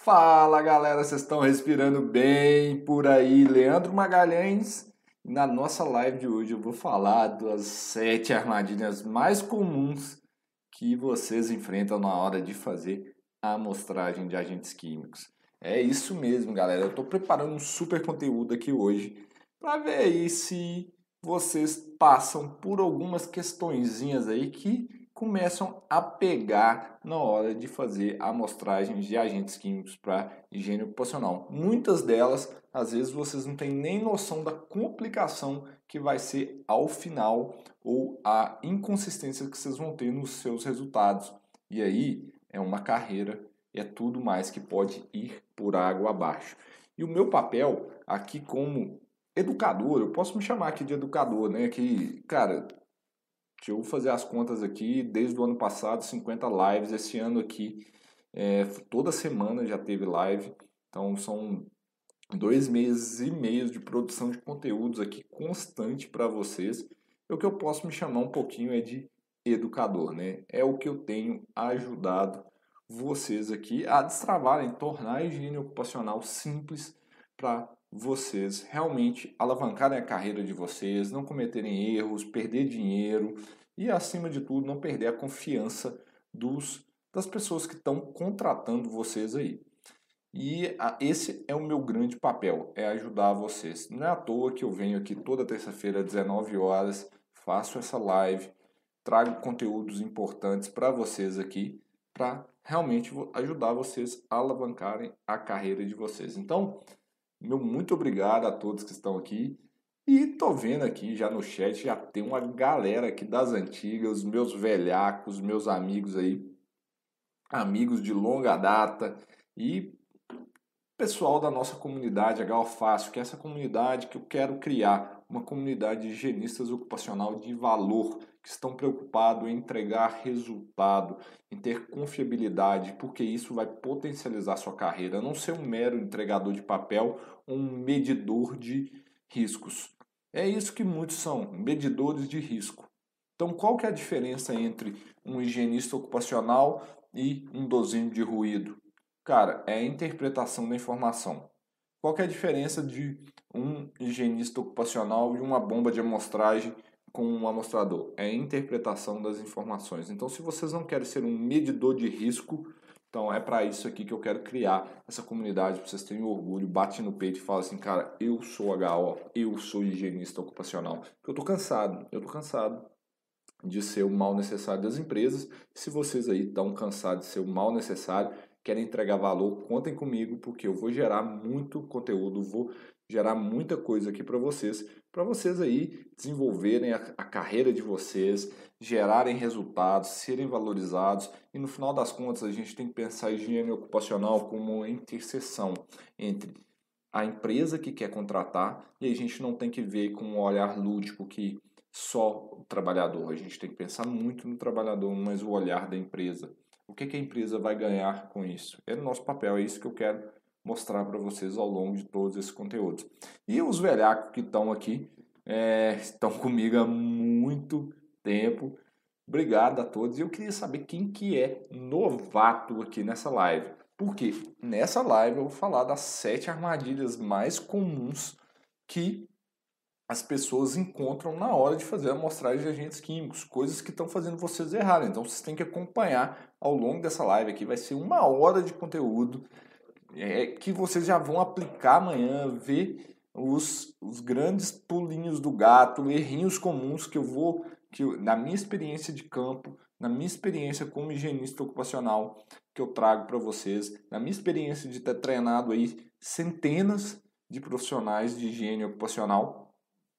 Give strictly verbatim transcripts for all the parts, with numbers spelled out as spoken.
Fala galera, vocês estão respirando bem por aí? Leandro Magalhães. E na nossa live de hoje eu vou falar das sete armadilhas mais comuns que vocês enfrentam na hora de fazer a amostragem de agentes químicos. É isso mesmo, galera. Eu estou preparando um super conteúdo aqui hoje para ver aí se vocês passam por algumas questõezinhas aí que começam a pegar na hora de fazer amostragens de agentes químicos para higiene ocupacional. Muitas delas, às vezes, vocês não têm nem noção da complicação que vai ser ao final ou a inconsistência que vocês vão ter nos seus resultados. E aí é uma carreira, é tudo mais que pode ir por água abaixo. E o meu papel aqui como educador, eu posso me chamar aqui de educador, né? Que, cara, deixa eu fazer as contas aqui, desde o ano passado, cinquenta lives, esse ano aqui, é, toda semana já teve live, então são dois meses e meio de produção de conteúdos aqui constante para vocês. E o que eu posso me chamar um pouquinho é de educador, né? É o que eu tenho ajudado vocês aqui a destravarem, tornar a higiene ocupacional simples para vocês realmente alavancarem a carreira de vocês, não cometerem erros, perder dinheiro e, acima de tudo, não perder a confiança dos, das pessoas que estão contratando vocês aí. E a, esse é o meu grande papel, é ajudar vocês. Não é à toa que eu venho aqui toda terça-feira às dezenove horas, faço essa live, trago conteúdos importantes para vocês aqui, para realmente ajudar vocês a alavancarem a carreira de vocês. Então, meu muito obrigado a todos que estão aqui. E tô vendo aqui já no chat, já tem uma galera aqui das antigas, os meus velhacos, meus amigos aí, amigos de longa data e pessoal da nossa comunidade H O Fácil, que é essa comunidade que eu quero criar, uma comunidade de higienistas ocupacional de valor, que estão preocupados em entregar resultado, em ter confiabilidade, porque isso vai potencializar sua carreira, não ser um mero entregador de papel, um medidor de riscos. É isso que muitos são, medidores de risco. Então, qual que é a diferença entre um higienista ocupacional e um dosímetro de ruído? Cara, é a interpretação da informação. Qual que é a diferença de um higienista ocupacional e uma bomba de amostragem com um amostrador? É a interpretação das informações. Então, se vocês não querem ser um medidor de risco, então é para isso aqui que eu quero criar essa comunidade, para vocês terem orgulho, bate no peito e fala assim, cara, eu sou H O, eu sou higienista ocupacional. Porque eu tô cansado, eu tô cansado de ser o mal necessário das empresas. Se vocês aí estão cansados de ser o mal necessário, querem entregar valor, contem comigo, porque eu vou gerar muito conteúdo, vou gerar muita coisa aqui para vocês, para vocês aí desenvolverem a, a carreira de vocês, gerarem resultados, serem valorizados, e no final das contas a gente tem que pensar a higiene ocupacional como uma interseção entre a empresa que quer contratar, e a gente não tem que ver com um olhar lúdico que só o trabalhador, a gente tem que pensar muito no trabalhador, mas o olhar da empresa. O que, que a empresa vai ganhar com isso? É o nosso papel, é isso que eu quero mostrar para vocês ao longo de todos esses conteúdos. E os velhacos que estão aqui, é, estão comigo há muito tempo. Obrigado a todos. E eu queria saber quem que é novato aqui nessa live. Porque nessa live eu vou falar das sete armadilhas mais comuns que as pessoas encontram na hora de fazer a amostragem de agentes químicos, coisas que estão fazendo vocês errarem. Então vocês têm que acompanhar ao longo dessa live aqui. Vai ser uma hora de conteúdo é, que vocês já vão aplicar amanhã, ver os, os grandes pulinhos do gato, errinhos comuns que eu vou, que eu, na minha experiência de campo, na minha experiência como higienista ocupacional, que eu trago para vocês, na minha experiência de ter treinado aí centenas de profissionais de higiene ocupacional,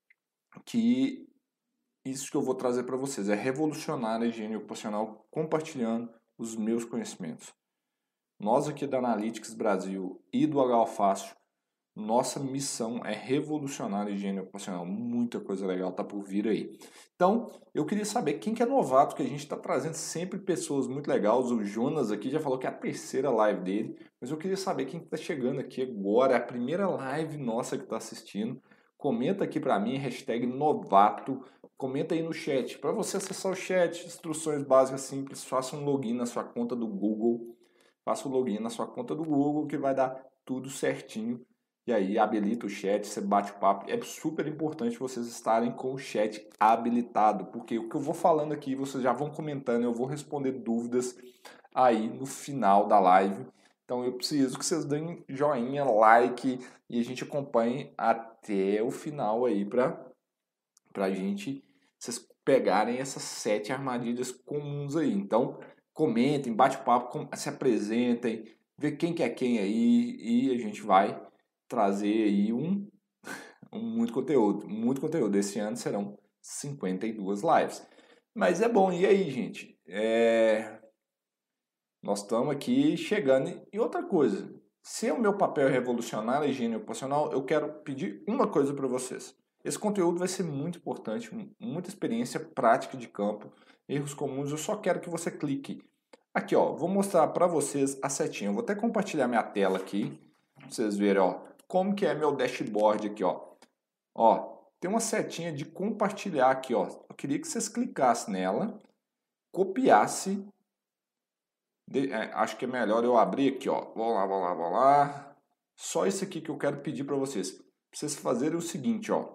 que isso que eu vou trazer para vocês é revolucionar a higiene ocupacional compartilhando os meus conhecimentos. Nós aqui da Analytics Brasil e do H O Fácil, nossa missão é revolucionar a higiene ocupacional. Muita coisa legal tá por vir aí. Então, eu queria saber quem que é novato, que a gente está trazendo sempre pessoas muito legais. O Jonas aqui já falou que é a terceira live dele, mas eu queria saber quem está chegando aqui agora, é a primeira live nossa que está assistindo. Comenta aqui para mim, hashtag novato, comenta aí no chat. Para você acessar o chat, instruções básicas simples, faça um login na sua conta do Google. faça o login na sua conta do Google que vai dar tudo certinho. E aí habilita o chat, você bate o papo. É super importante vocês estarem com o chat habilitado, porque o que eu vou falando aqui, vocês já vão comentando, eu vou responder dúvidas aí no final da live. Então eu preciso que vocês deem joinha, like e a gente acompanhe até o final aí para a gente, vocês pegarem essas sete armadilhas comuns aí. Então comentem, bate papo, se apresentem, vê quem que é quem aí e a gente vai trazer aí um, um muito conteúdo, muito conteúdo. Esse ano serão cinquenta e duas lives. Mas é bom, e aí, gente? É... Nós estamos aqui chegando. E outra coisa, se o meu papel é revolucionar a higiene ocupacional, eu quero pedir uma coisa para vocês. Esse conteúdo vai ser muito importante, muita experiência prática de campo, erros comuns. Eu só quero que você clique. Aqui, ó, vou mostrar para vocês a setinha. Eu vou até compartilhar minha tela aqui, para vocês verem, ó, como que é meu dashboard aqui, ó. Ó, tem uma setinha de compartilhar aqui, ó. Eu queria que vocês clicassem nela, copiasse. De, é, acho que é melhor eu abrir aqui, ó. Vou lá, vou lá, vou lá. Só isso aqui que eu quero pedir para vocês. Pra vocês fazerem o seguinte, ó.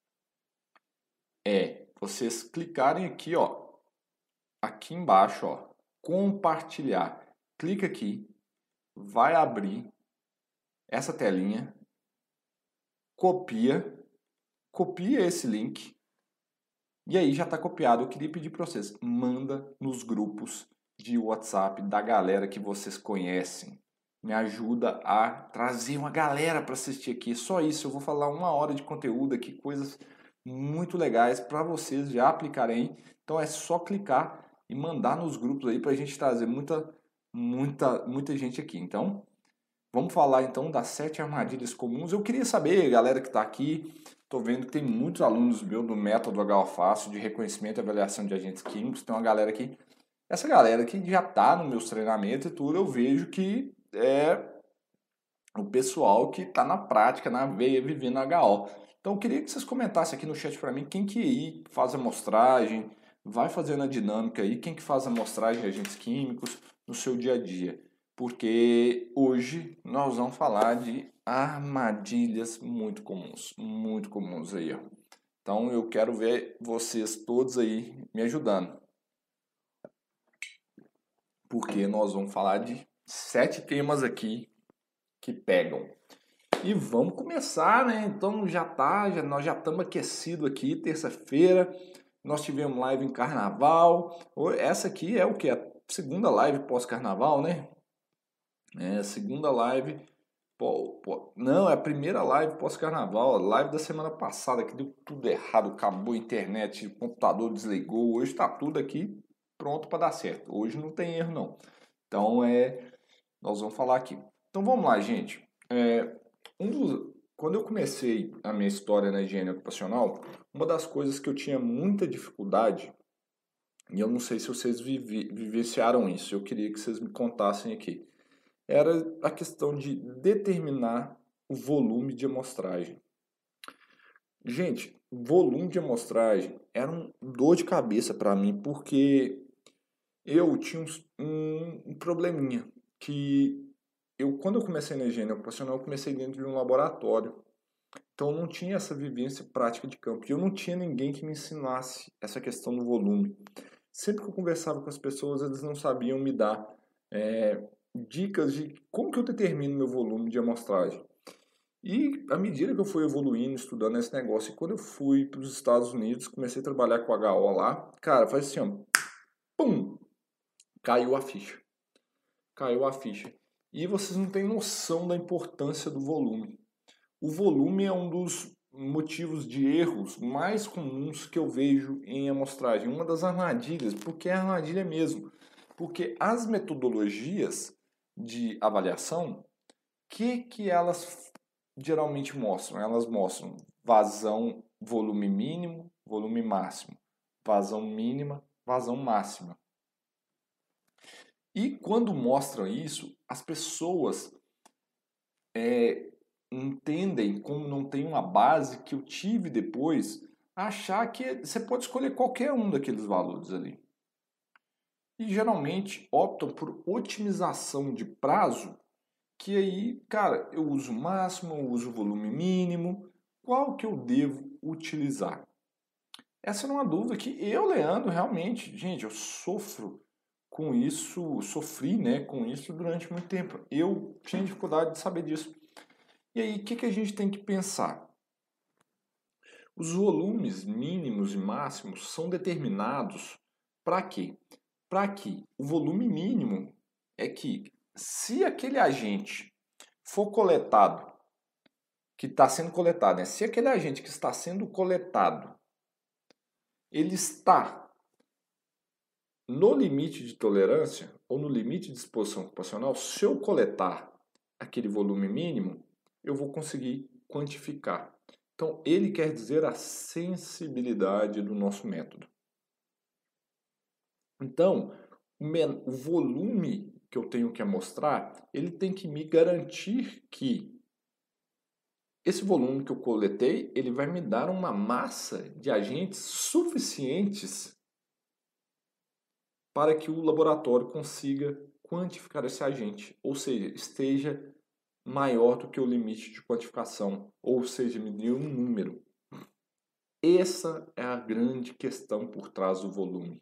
É, vocês clicarem aqui, ó. Aqui embaixo, ó. Compartilhar. Clica aqui. Vai abrir essa telinha. Copia. Copia esse link. E aí já está copiado. Eu queria pedir para vocês. Manda nos grupos de WhatsApp da galera que vocês conhecem. Me ajuda a trazer uma galera para assistir aqui. Só isso, eu vou falar uma hora de conteúdo aqui, coisas muito legais para vocês já aplicarem. Então é só clicar e mandar nos grupos aí para a gente trazer muita, muita, muita gente aqui. Então, vamos falar então das sete armadilhas comuns. Eu queria saber, galera que está aqui, estou vendo que tem muitos alunos meus do método H O Fácil de reconhecimento e avaliação de agentes químicos. Tem uma galera aqui. Essa galera que já está nos meus treinamentos e tudo, eu vejo que é o pessoal que está na prática, na veia, vivendo H O. Então, eu queria que vocês comentassem aqui no chat para mim quem que aí faz a amostragem, vai fazendo a dinâmica aí, quem que faz a amostragem de agentes químicos no seu dia a dia. Porque hoje nós vamos falar de armadilhas muito comuns, muito comuns aí, ó. Então, eu quero ver vocês todos aí me ajudando. Porque nós vamos falar de sete temas aqui que pegam. E vamos começar, né? Então já tá, já, nós já estamos aquecidos aqui, terça-feira. Nós tivemos live em carnaval. Essa aqui é o que? A segunda live pós-carnaval, né? É a segunda live. Pô, pô, não, é a primeira live pós-carnaval. A live da semana passada que deu tudo errado, acabou a internet, o computador desligou. Hoje está tudo aqui pronto para dar certo. Hoje não tem erro, não. Então, é, nós vamos falar aqui. Então, vamos lá, gente. É, um dos, quando eu comecei a minha história na higiene ocupacional, uma das coisas que eu tinha muita dificuldade, e eu não sei se vocês vivi, vivenciaram isso, eu queria que vocês me contassem aqui, era a questão de determinar o volume de amostragem. Gente, volume de amostragem era um dor de cabeça para mim, porque eu tinha um, um probleminha, que eu, quando eu comecei na higiene ocupacional, eu comecei dentro de um laboratório. Então eu não tinha essa vivência prática de campo. E eu não tinha ninguém que me ensinasse essa questão do volume. Sempre que eu conversava com as pessoas, eles não sabiam me dar é, dicas de como que eu determino meu volume de amostragem. E à medida que eu fui evoluindo, estudando esse negócio, e quando eu fui para os Estados Unidos, comecei a trabalhar com H O lá, cara, faz assim, ó, pum, caiu a ficha. Caiu a ficha. E vocês não têm noção da importância do volume. O volume é um dos motivos de erros mais comuns que eu vejo em amostragem. Uma das armadilhas, porque é armadilha mesmo. Porque as metodologias de avaliação, que que elas geralmente mostram? Elas mostram vazão, volume mínimo, volume máximo. Vazão mínima, vazão máxima. E quando mostram isso, as pessoas é, entendem, como não tem uma base que eu tive depois, achar que você pode escolher qualquer um daqueles valores ali. e geralmente optam por otimização de prazo, que aí, cara, eu uso o máximo, eu uso o volume mínimo, qual que eu devo utilizar? Essa é uma dúvida que eu, Leandro, realmente, gente, eu sofro com isso, sofri, né, com isso durante muito tempo. Eu tinha dificuldade de saber disso. E aí, o que, que a gente tem que pensar? Os volumes mínimos e máximos são determinados para quê? Para que o volume mínimo é que, se aquele agente for coletado, que está sendo coletado, né? Se aquele agente que está sendo coletado, ele está no limite de tolerância ou no limite de exposição ocupacional, se eu coletar aquele volume mínimo, eu vou conseguir quantificar. Então, ele quer dizer a sensibilidade do nosso método. Então, o volume que eu tenho que mostrar, ele tem que me garantir que esse volume que eu coletei, ele vai me dar uma massa de agentes suficientes para que o laboratório consiga quantificar esse agente, ou seja, esteja maior do que o limite de quantificação, ou seja, me dê um número. Essa é a grande questão por trás do volume.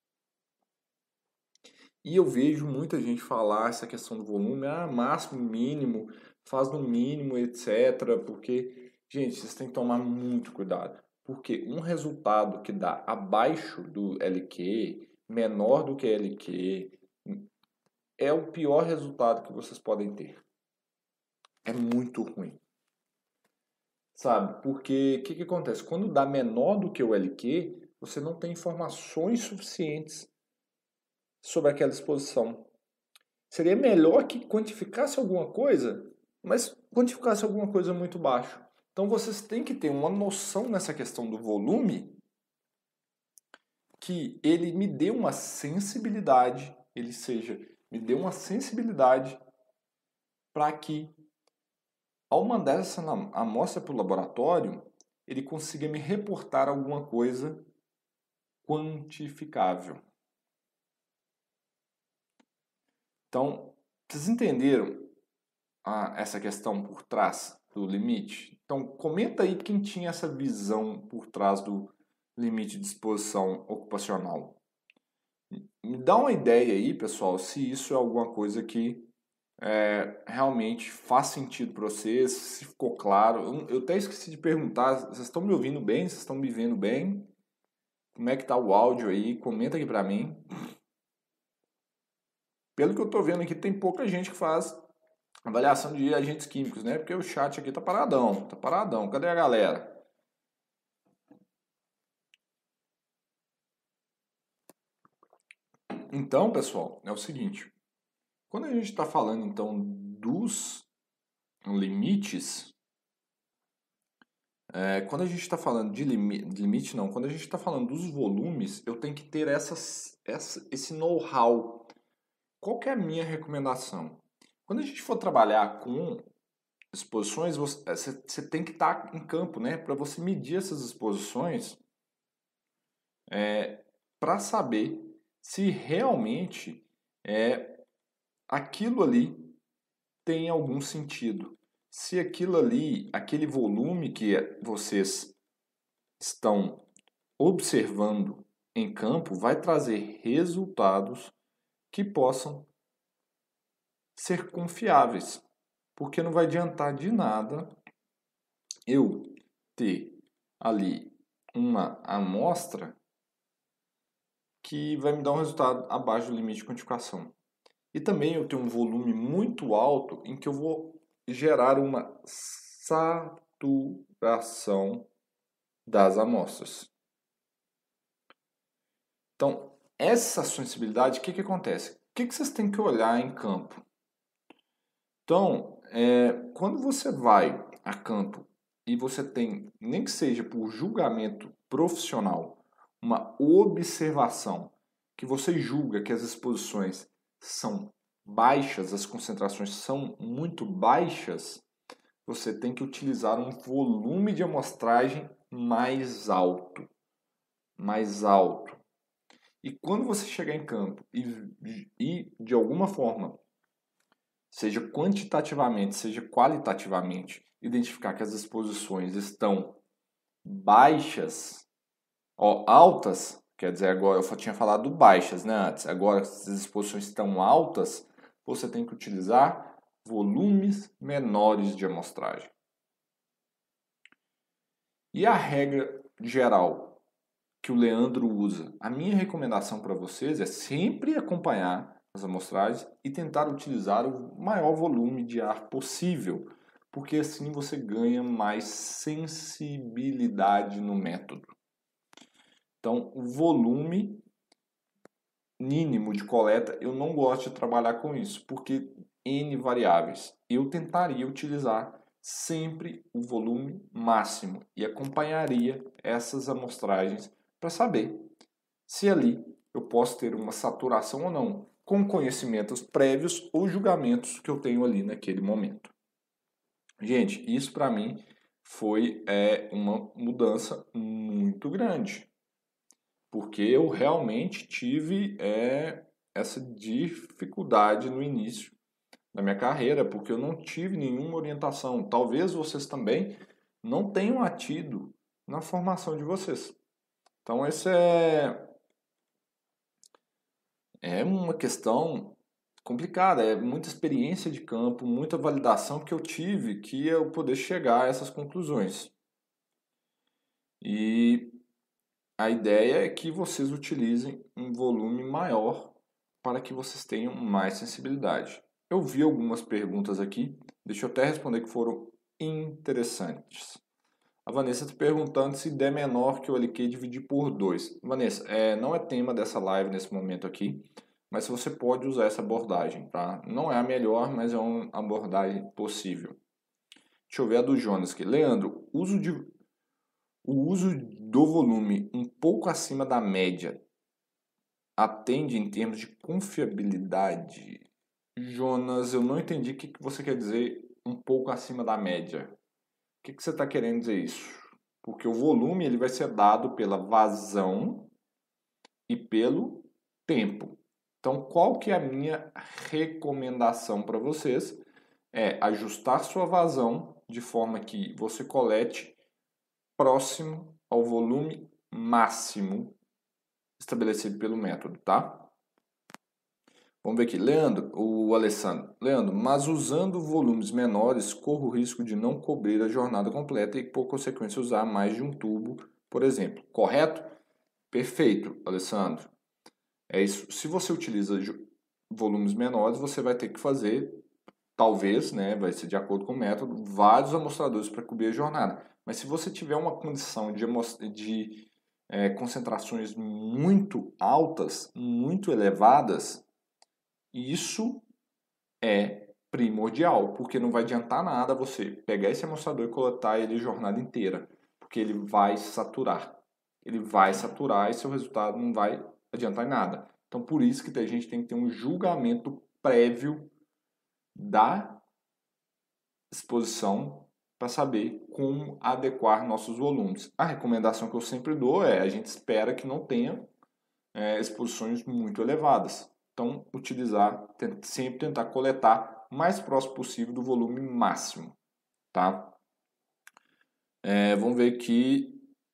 E eu vejo muita gente falar essa questão do volume, ah, máximo, mínimo, faz no mínimo, etcétera. Porque, gente, vocês têm que tomar muito cuidado. Porque um resultado que dá abaixo do L Q, menor do que L Q, é o pior resultado que vocês podem ter. É muito ruim. Sabe? Porque o que, que acontece? Quando dá menor do que o L Q, você não tem informações suficientes sobre aquela exposição. Seria melhor que quantificasse alguma coisa, mas quantificasse alguma coisa muito baixo. Então vocês têm que ter uma noção nessa questão do volume, que ele me dê uma sensibilidade, ele seja, me dê uma sensibilidade para que, ao mandar essa amostra para o laboratório, ele consiga me reportar alguma coisa quantificável. Então, vocês entenderam ah, essa questão por trás do limite? Então, comenta aí quem tinha essa visão por trás do limite de exposição ocupacional. Me dá uma ideia aí, pessoal, se isso é alguma coisa que é, realmente faz sentido para vocês, se ficou claro. Eu, eu até esqueci de perguntar, vocês estão me ouvindo bem? Vocês estão me vendo bem? Como é que tá o áudio aí? Comenta aqui para mim. Pelo que eu tô vendo aqui, tem pouca gente que faz avaliação de agentes químicos, né? Porque o chat aqui tá paradão, tá paradão. Cadê a galera? Então, pessoal, é o seguinte. Quando a gente está falando, então, dos limites, é, quando a gente está falando de, limi de limite, não, quando a gente está falando dos volumes, eu tenho que ter essas, essa, esse know-how. Qual que é a minha recomendação? Quando a gente for trabalhar com exposições, você, você tem que estar tá em campo, né? Para você medir essas exposições, é, para saber se realmente é, aquilo ali tem algum sentido. Se aquilo ali, aquele volume que vocês estão observando em campo, vai trazer resultados que possam ser confiáveis. Porque não vai adiantar de nada eu ter ali uma amostra que vai me dar um resultado abaixo do limite de quantificação. E também eu tenho um volume muito alto em que eu vou gerar uma saturação das amostras. Então, essa sensibilidade, o que, que acontece? O que, que vocês têm que olhar em campo? Então, é, quando você vai a campo e você tem, nem que seja por julgamento profissional, uma observação que você julga que as exposições são baixas, as concentrações são muito baixas, você tem que utilizar um volume de amostragem mais alto. Mais alto. E quando você chegar em campo e, e de alguma forma, seja quantitativamente, seja qualitativamente, identificar que as exposições estão baixas, ó, altas, quer dizer, agora eu tinha falado baixas, né, antes, agora se as exposições estão altas, você tem que utilizar volumes menores de amostragem. E a regra geral que o Leandro usa? A minha recomendação para vocês é sempre acompanhar as amostragens e tentar utilizar o maior volume de ar possível, porque assim você ganha mais sensibilidade no método. Então, o volume mínimo de coleta, eu não gosto de trabalhar com isso, porque N variáveis. Eu tentaria utilizar sempre o volume máximo e acompanharia essas amostragens para saber se ali eu posso ter uma saturação ou não, com conhecimentos prévios ou julgamentos que eu tenho ali naquele momento. Gente, isso para mim foi é, uma mudança muito grande, porque eu realmente tive é, essa dificuldade no início da minha carreira, porque eu não tive nenhuma orientação. Talvez vocês também não tenham tido na formação de vocês. Então, esse é, é uma questão complicada, é muita experiência de campo, muita validação que eu tive que eu poder chegar a essas conclusões. E a ideia é que vocês utilizem um volume maior para que vocês tenham mais sensibilidade. Eu vi algumas perguntas aqui, deixa eu até responder que foram interessantes. A Vanessa está perguntando se der menor que o L Q dividir por dois. Vanessa, é, não é tema dessa live nesse momento aqui, mas você pode usar essa abordagem, tá? Não é a melhor, mas é uma abordagem possível. Deixa eu ver a do Jonas aqui. Leandro, uso de, o uso do volume um pouco acima da média atende em termos de confiabilidade? Jonas, eu não entendi o que você quer dizer um pouco acima da média. O que você está querendo dizer isso? Porque o volume ele vai ser dado pela vazão e pelo tempo. Então, qual que é a minha recomendação para vocês? É ajustar sua vazão de forma que você colete próximo ao volume máximo estabelecido pelo método, tá? Vamos ver aqui, Leandro, o Alessandro. Leandro, mas usando volumes menores, corro o risco de não cobrir a jornada completa e, por consequência, usar mais de um tubo, por exemplo. Correto? Perfeito, Alessandro. É isso. Se você utiliza volumes menores, você vai ter que fazer, talvez, né, vai ser de acordo com o método, vários amostradores para cobrir a jornada. Mas se você tiver uma condição de, de é, concentrações muito altas, muito elevadas, isso é primordial, porque não vai adiantar nada você pegar esse amostrador e coletar ele a jornada inteira, porque ele vai saturar. Ele vai saturar e seu resultado não vai adiantar em nada. Então, por isso que a gente tem que ter um julgamento prévio da exposição para saber como adequar nossos volumes. A recomendação que eu sempre dou é a gente espera que não tenha é, exposições muito elevadas. Então, utilizar, sempre tentar coletar o mais próximo possível do volume máximo, tá? É, vamos ver aqui.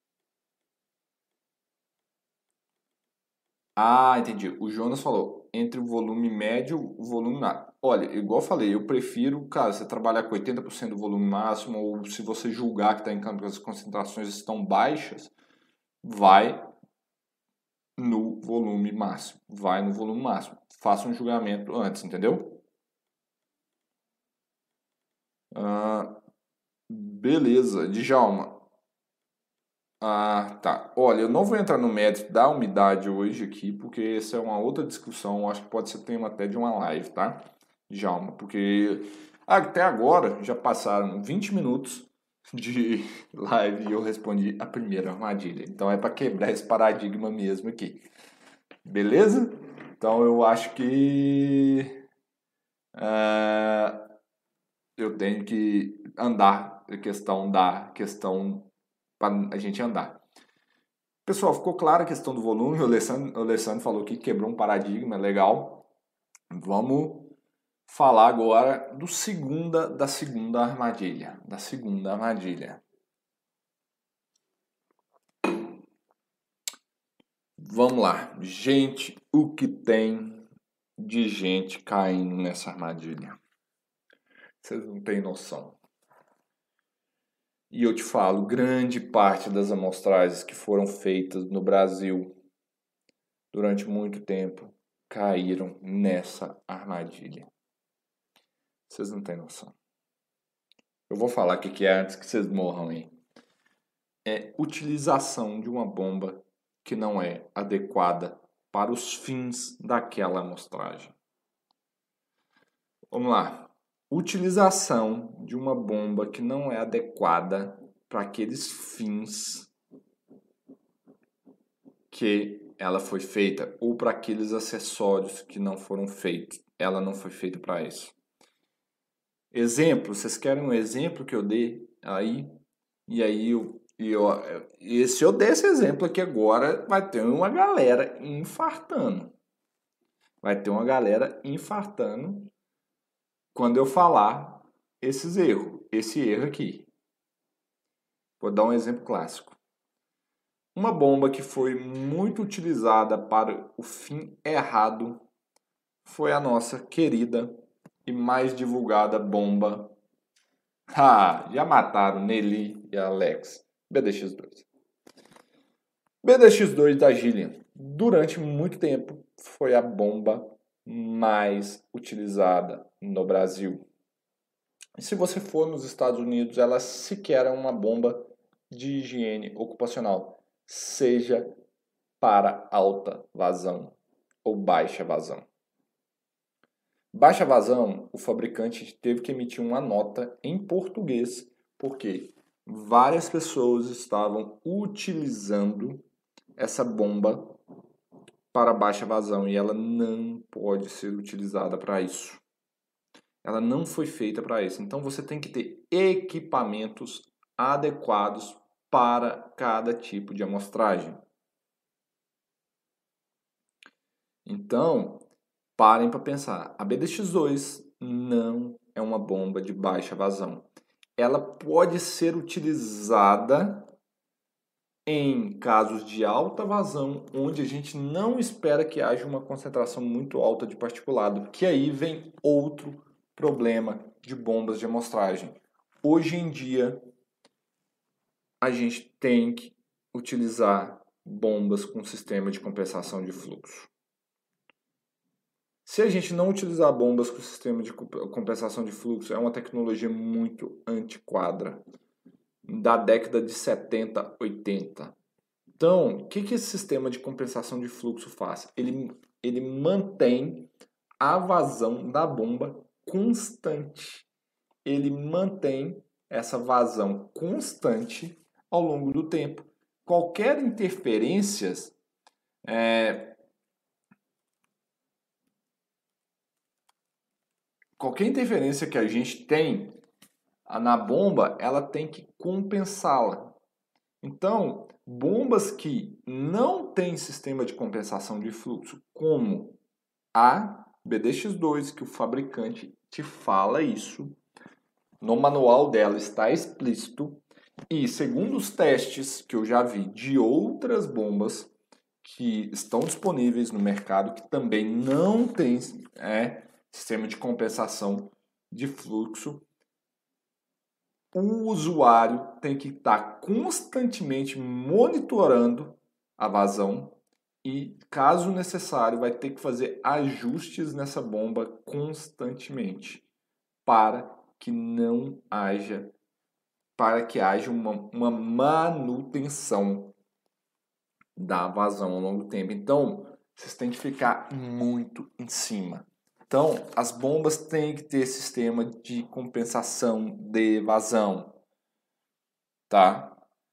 Ah, entendi. O Jonas falou, entre o volume médio e o volume máximo. Olha, igual eu falei, eu prefiro, cara, você trabalhar com oitenta por cento do volume máximo, ou se você julgar que está em campo que as concentrações estão baixas, vai no volume máximo. Vai no volume máximo. Faça um julgamento antes, entendeu? Ah, beleza, Djalma. Ah, tá. Olha, eu não vou entrar no mérito da umidade hoje aqui, porque essa é uma outra discussão. Acho que pode ser tema até de uma live, tá? Djalma, porque até agora já passaram vinte minutos de live e eu respondi a primeira armadilha. Então é para quebrar esse paradigma mesmo aqui. Beleza? Então eu acho que uh, eu tenho que andar a questão da questão para a gente andar. Pessoal, ficou clara a questão do volume. O Alessandro, o Alessandro falou que quebrou um paradigma, legal. Vamos falar agora do segunda, da segunda armadilha. Da segunda armadilha. Vamos lá. Gente, o que tem de gente caindo nessa armadilha? Vocês não têm noção. E eu te falo, grande parte das amostragens que foram feitas no Brasil durante muito tempo caíram nessa armadilha. Vocês não têm noção. Eu vou falar o que é antes que vocês morram aí. É utilização de uma bomba que não é adequada para os fins daquela amostragem. Vamos lá. Utilização de uma bomba que não é adequada para aqueles fins que ela foi feita ou para aqueles acessórios que não foram feitos. Ela não foi feita para isso. Exemplo, vocês querem um exemplo que eu dê aí? E aí, eu, eu, e se eu der esse exemplo aqui agora, vai ter uma galera infartando. Vai ter uma galera infartando quando eu falar esses erros, esse erro aqui. Vou dar um exemplo clássico. Uma bomba que foi muito utilizada para o fim errado foi a nossa querida e mais divulgada bomba. Ah, já mataram Nelly e Alex. B D X dois. B D X dois da Gillian, durante muito tempo, foi a bomba mais utilizada no Brasil. E se você for nos Estados Unidos, ela sequer é uma bomba de higiene ocupacional, seja para alta vazão ou baixa vazão. Baixa vazão, o fabricante teve que emitir uma nota em português, porque várias pessoas estavam utilizando essa bomba para baixa vazão e ela não pode ser utilizada para isso. Ela não foi feita para isso. Então você tem que ter equipamentos adequados para cada tipo de amostragem. Então, parem para pensar. A B D X dois não é uma bomba de baixa vazão. Ela pode ser utilizada em casos de alta vazão, onde a gente não espera que haja uma concentração muito alta de particulado, que aí vem outro problema de bombas de amostragem. Hoje em dia, a gente tem que utilizar bombas com sistema de compensação de fluxo. Se a gente não utilizar bombas com sistema de compensação de fluxo, é uma tecnologia muito antiquada, da década de setenta, oitenta. Então, o que, que esse sistema de compensação de fluxo faz? Ele, ele mantém a vazão da bomba constante. Ele mantém essa vazão constante ao longo do tempo. Qualquer interferência, é, qualquer interferência que a gente tem na bomba, ela tem que compensá-la. Então, bombas que não têm sistema de compensação de fluxo, como a B D X dois, que o fabricante te fala isso, no manual dela está explícito, e segundo os testes que eu já vi de outras bombas que estão disponíveis no mercado, que também não tem é, sistema de compensação de fluxo, o usuário tem que estar constantemente monitorando a vazão e, caso necessário, vai ter que fazer ajustes nessa bomba constantemente para que não haja, para que haja uma, uma manutenção da vazão ao longo do tempo. Então, vocês têm que ficar muito em cima. Então, as bombas têm que ter sistema de compensação de vazão, tá?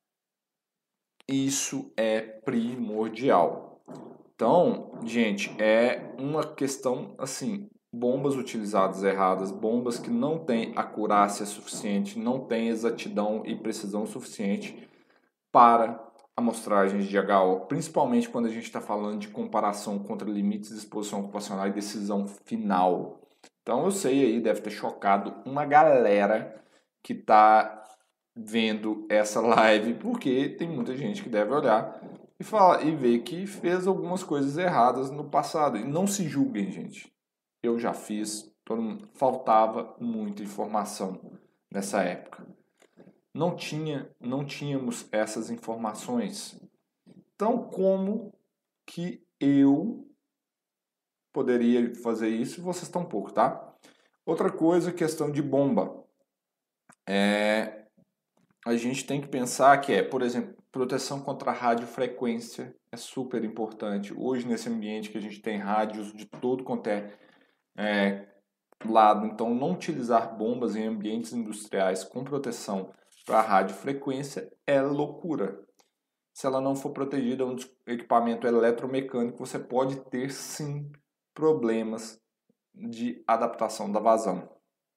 Isso é primordial. Então, gente, é uma questão assim, bombas utilizadas erradas, bombas que não têm acurácia suficiente, não têm exatidão e precisão suficiente para amostragens de H O, principalmente quando a gente está falando de comparação contra limites de exposição ocupacional e decisão final. Então eu sei aí, deve ter chocado uma galera que está vendo essa live, porque tem muita gente que deve olhar e, falar, e ver que fez algumas coisas erradas no passado. E não se julguem, gente. Eu já fiz, todo mundo, faltava muita informação nessa época. Não tinha, não tínhamos essas informações. Então, como que eu poderia fazer isso? Vocês estão pouco, tá? Outra coisa, questão de bomba. É, a gente tem que pensar que é, por exemplo, proteção contra radiofrequência é super importante. Hoje, nesse ambiente que a gente tem rádios de todo quanto é, é lado, então não utilizar bombas em ambientes industriais com proteção para radiofrequência é loucura. Se ela não for protegida, é um equipamento eletromecânico, você pode ter sim problemas de adaptação da vazão.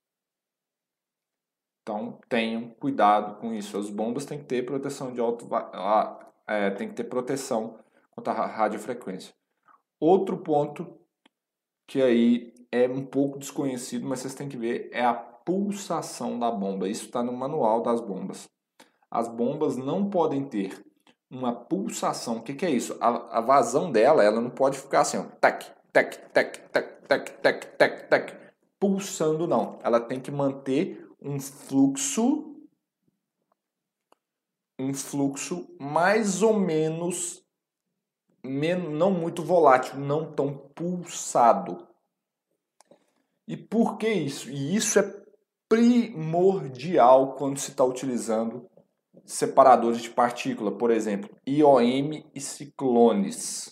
Então tenham cuidado com isso. As bombas têm que ter proteção de alto, é, tem que ter proteção contra a radiofrequência. Outro ponto que aí é um pouco desconhecido, mas vocês têm que ver, é a pulsação da bomba. Isso está no manual das bombas. As bombas não podem ter uma pulsação. O que, que é isso? A, a vazão dela, ela não pode ficar assim, ó, tac, tac, tac, tac, tac, tac, tac, tac, pulsando, não. Ela tem que manter um fluxo, um fluxo mais ou menos, não muito volátil, não tão pulsado. E por que isso? E isso é primordial quando se está utilizando separadores de partícula, por exemplo, I O M e ciclones.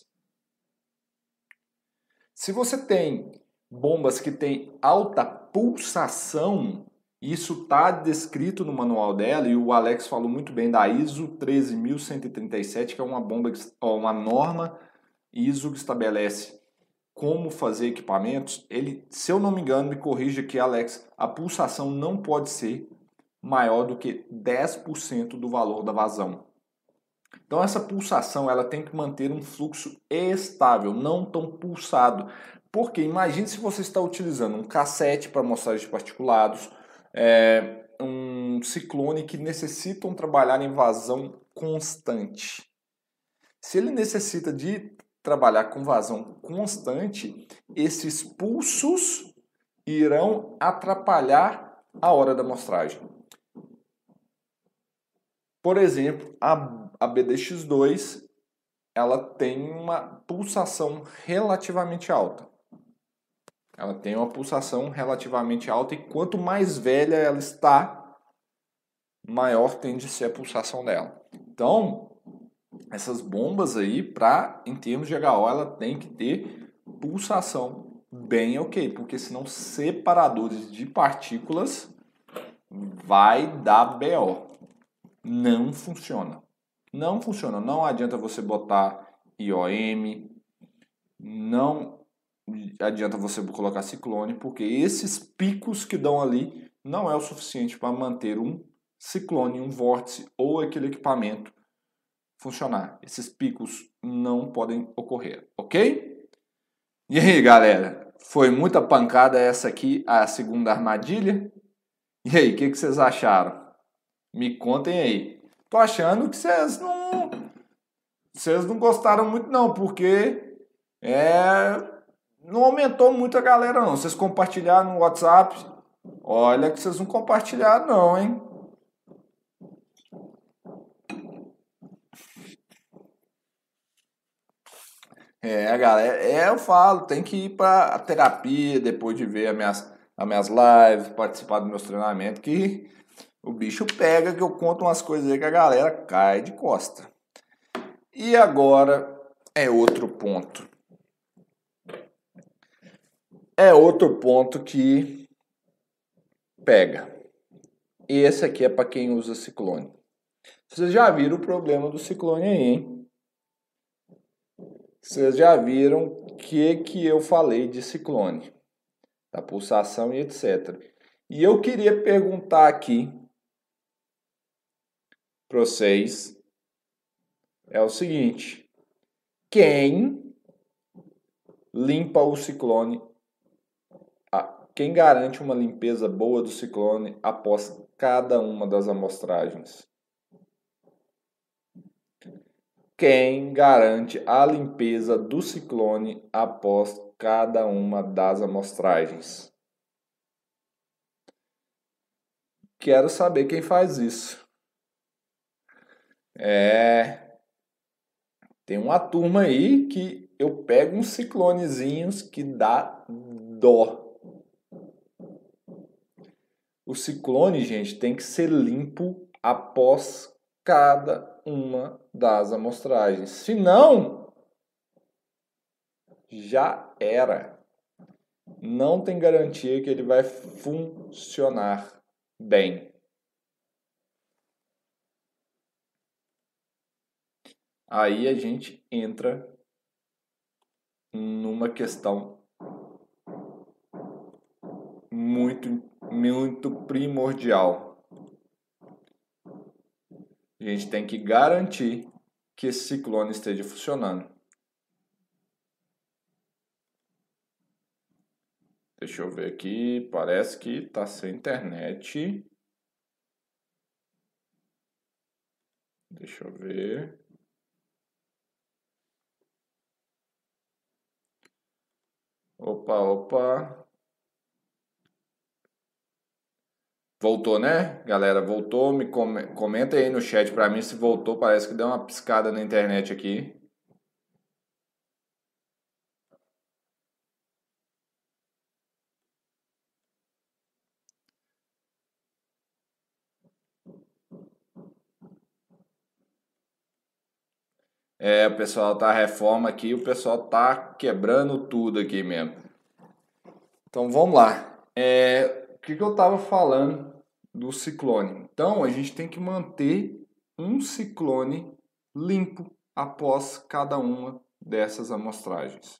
Se você tem bombas que têm alta pulsação, isso está descrito no manual dela, e o Alex falou muito bem da I S O treze mil cento e trinta e sete, que é uma bomba, uma norma I S O que estabelece como fazer equipamentos. Ele, se eu não me engano, me corrija aqui, Alex, a pulsação não pode ser maior do que dez por cento do valor da vazão. Então essa pulsação ela tem que manter um fluxo estável, não tão pulsado. Porque imagine se você está utilizando um cassete para amostragem de particulados, é, um ciclone que necessitam trabalhar em vazão constante. Se ele necessita de trabalhar com vazão constante, esses pulsos irão atrapalhar a hora da amostragem. Por exemplo, a, a B D X dois ela tem uma pulsação relativamente alta. Ela tem uma pulsação relativamente alta e quanto mais velha ela está, maior tende a ser a pulsação dela. Então, essas bombas aí, pra, em termos de H O, ela tem que ter pulsação bem ok, porque senão separadores de partículas vai dar B O. Não funciona. Não funciona. Não adianta você botar I O M, não adianta você colocar ciclone, porque esses picos que dão ali não é o suficiente para manter um ciclone, um vórtice ou aquele equipamento funcionar. Esses picos não podem ocorrer, ok? E aí, galera? Foi muita pancada essa aqui, a segunda armadilha? E aí, o que, que vocês acharam? Me contem aí. Tô achando que vocês não... Vocês não gostaram muito não, porque é, não aumentou muito a galera não. Vocês compartilharam no WhatsApp? Olha que vocês não compartilharam não, hein? É, galera, é, eu falo, tem que ir para a terapia depois de ver as minhas, as minhas lives, participar dos meus treinamentos, que o bicho pega, que eu conto umas coisas aí que a galera cai de costa. E agora é outro ponto. É outro ponto que pega. E esse aqui é para quem usa ciclone. Vocês já viram o problema do ciclone aí, hein? Vocês já viram o que, que eu falei de ciclone, da pulsação e etcétera. E eu queria perguntar aqui para vocês é o seguinte: quem limpa o ciclone, quem garante uma limpeza boa do ciclone após cada uma das amostragens? Quem garante a limpeza do ciclone após cada uma das amostragens? Quero saber quem faz isso. É, tem uma turma aí que eu pego uns ciclonezinhos que dá dó. O ciclone, gente, tem que ser limpo após cada uma das amostragens. Se não, já era. Não tem garantia que ele vai funcionar bem. Aí a gente entra numa questão muito, muito primordial. A gente tem que garantir que esse ciclone esteja funcionando. Deixa eu ver aqui, parece que está sem internet. Deixa eu ver. Opa, opa. Voltou, né? Galera, voltou. Me com- comenta aí no chat pra mim se voltou. Parece que deu uma piscada na internet aqui. É, o pessoal tá reforma aqui, o pessoal tá quebrando tudo aqui mesmo. Então vamos lá. É, o que, que eu tava falando do ciclone? Então a gente tem que manter um ciclone limpo após cada uma dessas amostragens.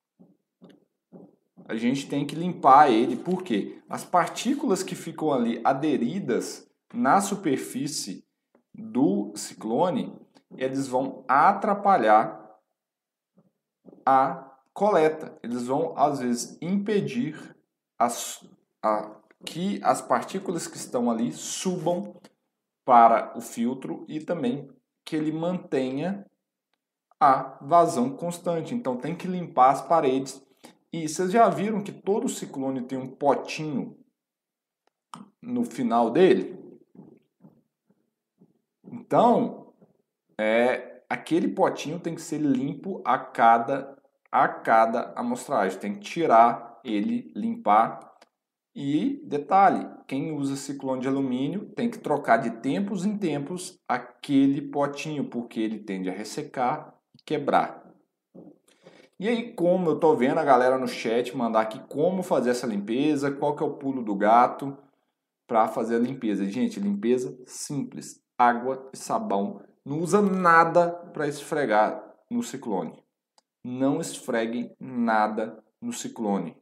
A gente tem que limpar ele, porque as partículas que ficam ali aderidas na superfície do ciclone, eles vão atrapalhar a coleta. Eles vão, às vezes, impedir as, a, que as partículas que estão ali subam para o filtro e também que ele mantenha a vazão constante. Então, tem que limpar as paredes. E vocês já viram que todo ciclone tem um potinho no final dele? Então, é, aquele potinho tem que ser limpo a cada, a cada amostragem. Tem que tirar ele, limpar. E detalhe, quem usa ciclone de alumínio tem que trocar de tempos em tempos aquele potinho, porque ele tende a ressecar e quebrar. E aí, como eu tô vendo a galera no chat mandar aqui como fazer essa limpeza, qual que é o pulo do gato para fazer a limpeza. Gente, limpeza simples, água e sabão. Não usa nada para esfregar no ciclone. Não esfreguem nada no ciclone.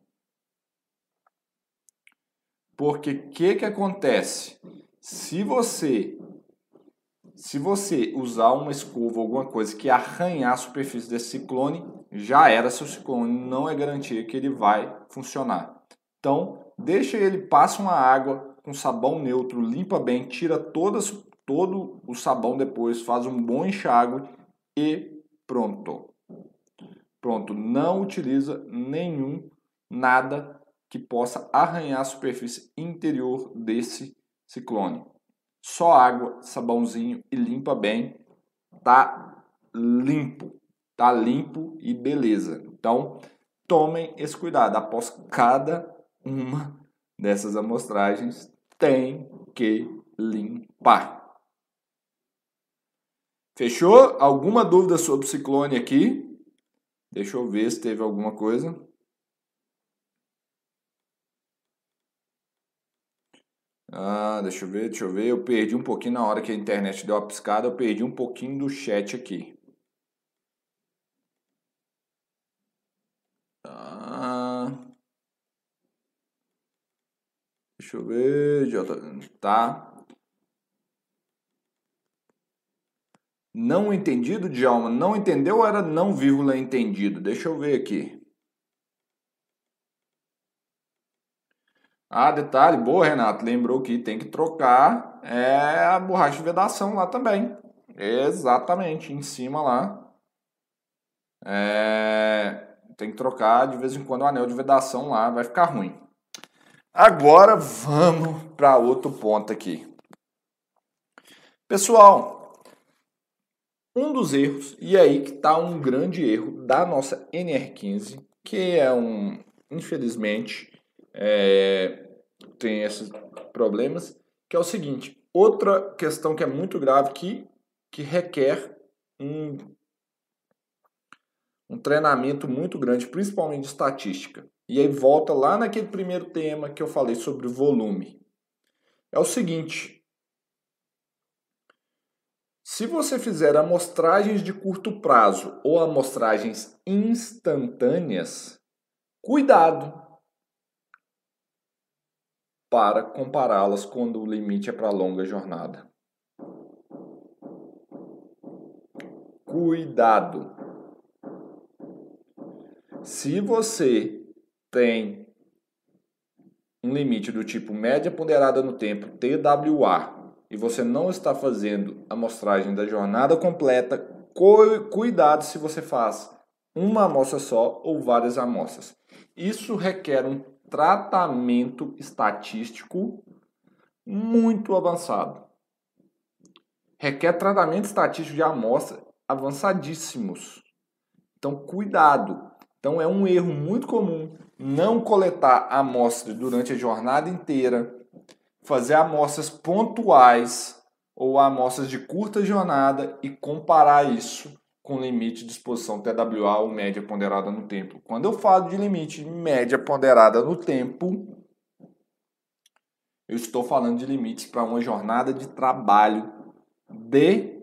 Porque o que, que acontece? Se você se você usar uma escova ou alguma coisa que arranhar a superfície desse ciclone, já era seu ciclone, não é garantia que ele vai funcionar. Então, deixa ele, passa uma água com sabão neutro, limpa bem, tira todas, todo o sabão depois, faz um bom enxágue e pronto. Pronto, não utiliza nenhum, nada que possa arranhar a superfície interior desse ciclone. Só água, sabãozinho e limpa bem. Tá limpo. Tá limpo e beleza. Então, tomem esse cuidado. Após cada uma dessas amostragens, tem que limpar. Fechou? Alguma dúvida sobre o ciclone aqui? Deixa eu ver se teve alguma coisa. Ah, deixa eu ver, deixa eu ver. Eu perdi um pouquinho na hora que a internet deu uma piscada, eu perdi um pouquinho do chat aqui. Ah, deixa eu ver, já tá. tá. Não entendido, Djalma? Não entendeu ou era não vírgula entendido? Deixa eu ver aqui. Ah, detalhe, boa, Renato. Lembrou que tem que trocar é, a borracha de vedação lá também. Exatamente, em cima lá. É, tem que trocar de vez em quando o anel de vedação lá, vai ficar ruim. Agora vamos para outro ponto aqui. Pessoal, um dos erros, e aí que está um grande erro da nossa N R quinze, que é um, infelizmente, é, tem esses problemas, que é o seguinte, outra questão que é muito grave, que, que requer um, um treinamento muito grande, principalmente de estatística. E aí volta lá naquele primeiro tema que eu falei sobre volume. É o seguinte, se você fizer amostragens de curto prazo ou amostragens instantâneas, cuidado para compará-las quando o limite é para longa jornada. Cuidado. Se você tem um limite do tipo média ponderada no tempo, T W A, e você não está fazendo a amostragem da jornada completa, cuidado se você faz uma amostra só ou várias amostras. Isso requer um tratamento estatístico muito avançado. Requer tratamento estatístico de amostra avançadíssimos. Então, cuidado. Então, é um erro muito comum não coletar amostras durante a jornada inteira, fazer amostras pontuais ou amostras de curta jornada e comparar isso com limite de exposição T W A ou média ponderada no tempo. Quando eu falo de limite de média ponderada no tempo, eu estou falando de limites para uma jornada de trabalho de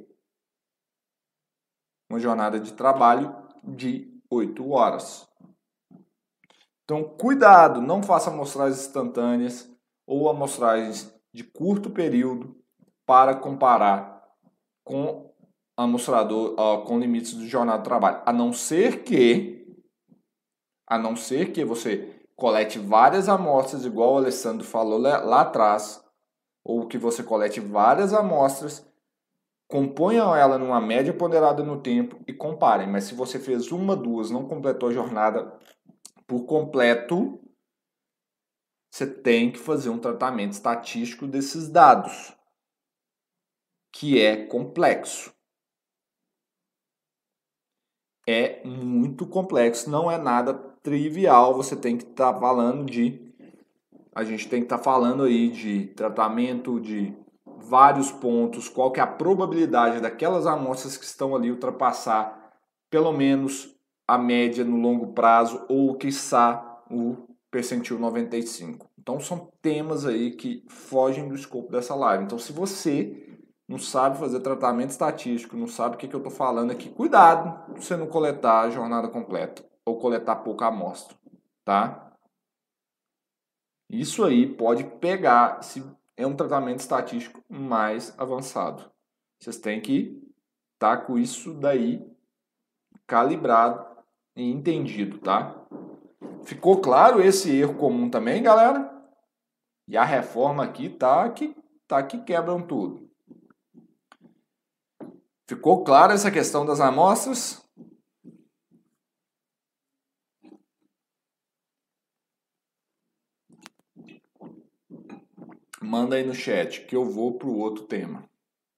uma jornada de trabalho de oito horas. Então, cuidado, não faça amostragens instantâneas ou amostragens de curto período para comparar com amostrador, uh, com limites de jornada de trabalho. A não ser que, a não ser que você colete várias amostras, igual o Alessandro falou lá, lá atrás, ou que você colete várias amostras, componham ela numa média ponderada no tempo e comparem. Mas se você fez uma, duas, não completou a jornada por completo, você tem que fazer um tratamento estatístico desses dados, que é complexo. É muito complexo, não é nada trivial. Você tem que estar tá falando de... A gente tem que estar tá falando aí de tratamento de vários pontos, qual que é a probabilidade daquelas amostras que estão ali ultrapassar pelo menos a média no longo prazo ou, quiçá, o percentil noventa e cinco. Então, são temas aí que fogem do escopo dessa live. Então, se você não sabe fazer tratamento estatístico, não sabe o que, que eu estou falando aqui, cuidado para você não coletar a jornada completa ou coletar pouca amostra, tá? Isso aí pode pegar se é um tratamento estatístico mais avançado. Vocês têm que estar tá com isso daí calibrado e entendido, tá? Ficou claro esse erro comum também, galera? E a reforma aqui tá que, tá que quebram tudo. Ficou clara essa questão das amostras? Manda aí no chat que eu vou para o outro tema.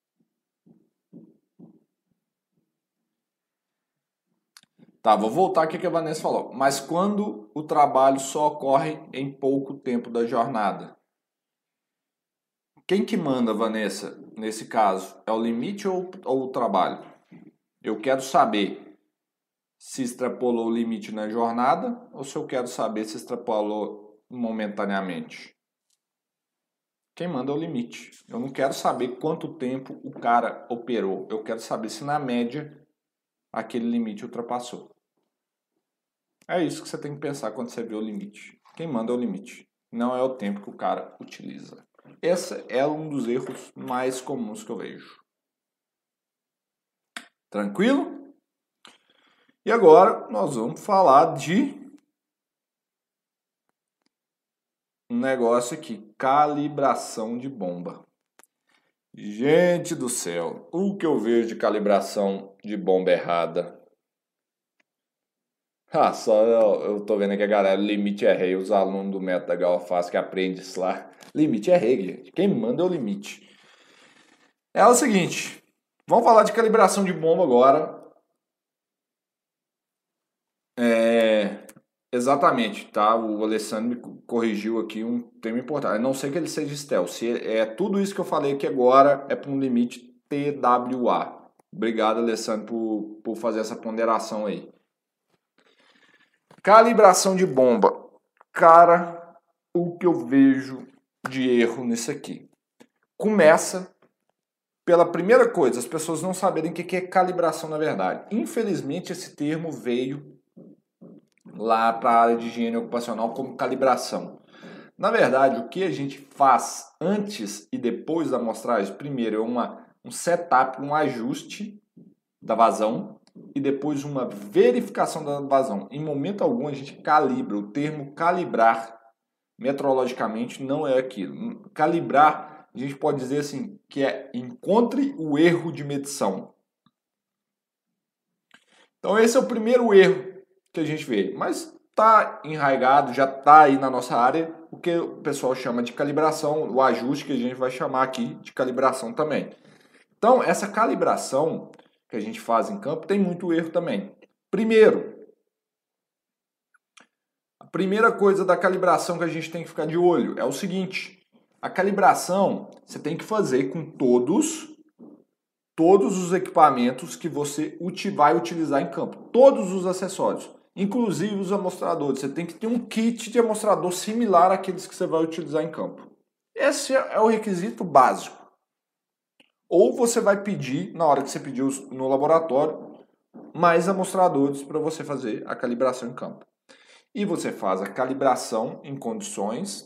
Tá, vou voltar aqui que a Vanessa falou. Mas quando o trabalho só ocorre em pouco tempo da jornada? Quem que manda, Vanessa, nesse caso? É o limite ou, ou o trabalho? Eu quero saber se extrapolou o limite na jornada ou se eu quero saber se extrapolou momentaneamente. Quem manda é o limite. Eu não quero saber quanto tempo o cara operou. Eu quero saber se na média aquele limite ultrapassou. É isso que você tem que pensar quando você vê o limite. Quem manda é o limite. Não é o tempo que o cara utiliza. Esse é um dos erros mais comuns que eu vejo. Tranquilo? E agora nós vamos falar de um negócio aqui, calibração de bomba. Gente do céu, o que eu vejo de calibração de bomba errada? Ah, só eu, eu tô vendo aqui a galera, limite é rei, os alunos do método da Galfaz que aprendem isso lá. Limite é rei, gente. Quem manda é o limite. É o seguinte, vamos falar de calibração de bomba agora. É, exatamente, tá? O Alessandro me corrigiu aqui um termo importante. A não sei que ele seja stealth. Se é tudo isso que eu falei aqui agora é para um limite T W A. Obrigado, Alessandro, por, por fazer essa ponderação aí. Calibração de bomba. Cara, o que eu vejo de erro nisso aqui? Começa pela primeira coisa, as pessoas não saberem o que é calibração na verdade. Infelizmente, esse termo veio lá para a área de higiene ocupacional como calibração. Na verdade, o que a gente faz antes e depois da amostragem, primeiro é uma, um setup, um ajuste da vazão, e depois uma verificação da vazão. Em momento algum a gente calibra. O termo calibrar metrologicamente não é aquilo. Calibrar, a gente pode dizer assim, que é encontre o erro de medição. Então esse é o primeiro erro que a gente vê. Mas está enraizado, já está aí na nossa área, o que o pessoal chama de calibração, o ajuste que a gente vai chamar aqui de calibração também. Então essa calibração que a gente faz em campo, tem muito erro também. Primeiro, a primeira coisa da calibração que a gente tem que ficar de olho é o seguinte, a calibração você tem que fazer com todos, todos os equipamentos que você vai utilizar em campo, todos os acessórios, inclusive os amostradores. Você tem que ter um kit de amostrador similar àqueles que você vai utilizar em campo. Esse é o requisito básico. Ou você vai pedir, na hora que você pediu no laboratório, mais amostradores para você fazer a calibração em campo. E você faz a calibração em condições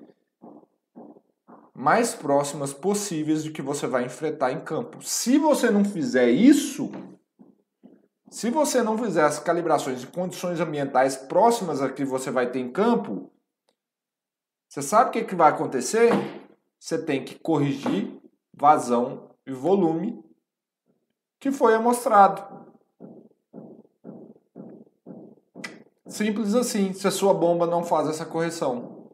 mais próximas possíveis do que você vai enfrentar em campo. Se você não fizer isso, se você não fizer as calibrações em condições ambientais próximas a que você vai ter em campo, você sabe o que, que vai acontecer? Você tem que corrigir vazão e volume que foi amostrado. Simples assim, se a sua bomba não faz essa correção.